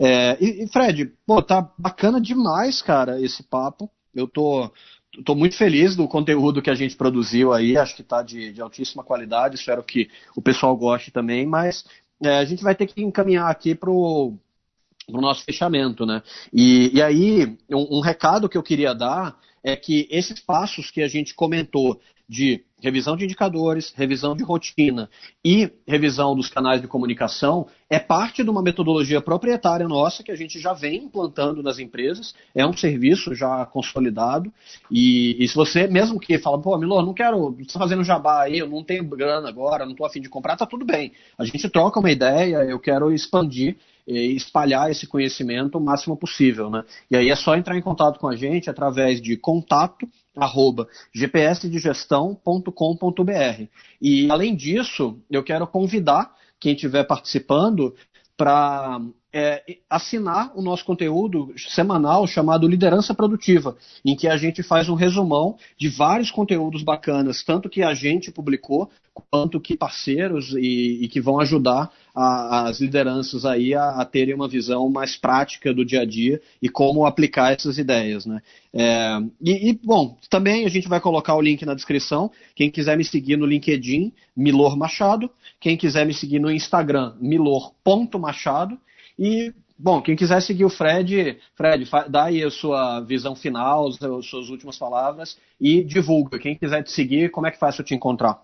E Fred, pô, tá bacana demais, cara, esse papo. Eu tô muito feliz do conteúdo que a gente produziu aí, acho que está de altíssima qualidade, espero que o pessoal goste também, mas a gente vai ter que encaminhar aqui para o nosso fechamento, né? E aí, um recado que eu queria dar é que esses passos que a gente comentou de revisão de indicadores, revisão de rotina e revisão dos canais de comunicação é parte de uma metodologia proprietária nossa que a gente já vem implantando nas empresas, é um serviço já consolidado e se você, mesmo que fala, pô, Milor, não quero, você está fazendo jabá aí, eu não tenho grana agora, não estou a fim de comprar, tá tudo bem. A gente troca uma ideia, eu quero expandir e espalhar esse conhecimento o máximo possível, né? E aí é só entrar em contato com a gente através de contato@gpsdigestão.com.br. E além disso, eu quero convidar quem estiver participando para assinar o nosso conteúdo semanal chamado Liderança Produtiva, em que a gente faz um resumão de vários conteúdos bacanas, tanto que a gente publicou, quanto que parceiros e que vão ajudar as lideranças aí a terem uma visão mais prática do dia a dia e como aplicar essas ideias, né? Bom, também a gente vai colocar o link na descrição. Quem quiser me seguir no LinkedIn, Milor Machado. Quem quiser me seguir no Instagram, milor.machado. E, bom, quem quiser seguir o Fred, dá aí a sua visão final, as suas últimas palavras e divulga. Quem quiser te seguir, como é que faz para te encontrar?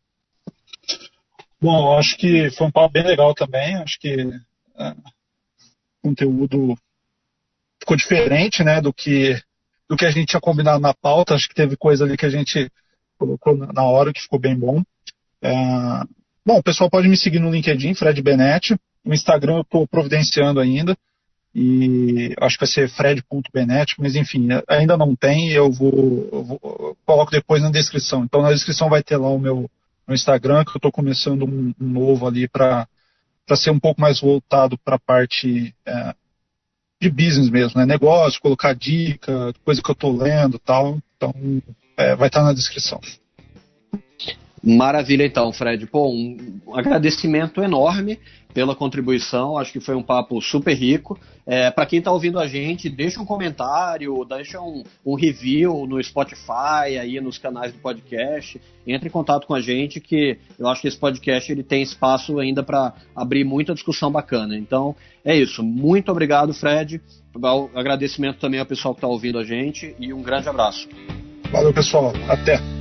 Bom, eu acho que foi um papo bem legal também. Acho que o conteúdo ficou diferente, né, do que a gente tinha combinado na pauta. Acho que teve coisa ali que a gente colocou na hora que ficou bem bom. Bom, o pessoal pode me seguir no LinkedIn, Fred Benetti. No Instagram eu estou providenciando ainda, e acho que vai ser fred.benetti, mas enfim, ainda não tem, eu coloco depois na descrição. Então na descrição vai ter lá o meu Instagram, que eu estou começando um novo ali para ser um pouco mais voltado para a parte de business mesmo, né? Negócio, colocar dica, coisa que eu estou lendo e tal. Então vai estar na descrição. Maravilha então, Fred. Pô, um agradecimento enorme pela contribuição, acho que foi um papo super rico. Para quem está ouvindo a gente, deixa um comentário, deixa um review no Spotify, aí nos canais do podcast, entre em contato com a gente, que eu acho que esse podcast ele tem espaço ainda para abrir muita discussão bacana. Então, é isso. Muito obrigado, Fred. Agradecimento também ao pessoal que está ouvindo a gente e um grande abraço. Valeu, pessoal. Até.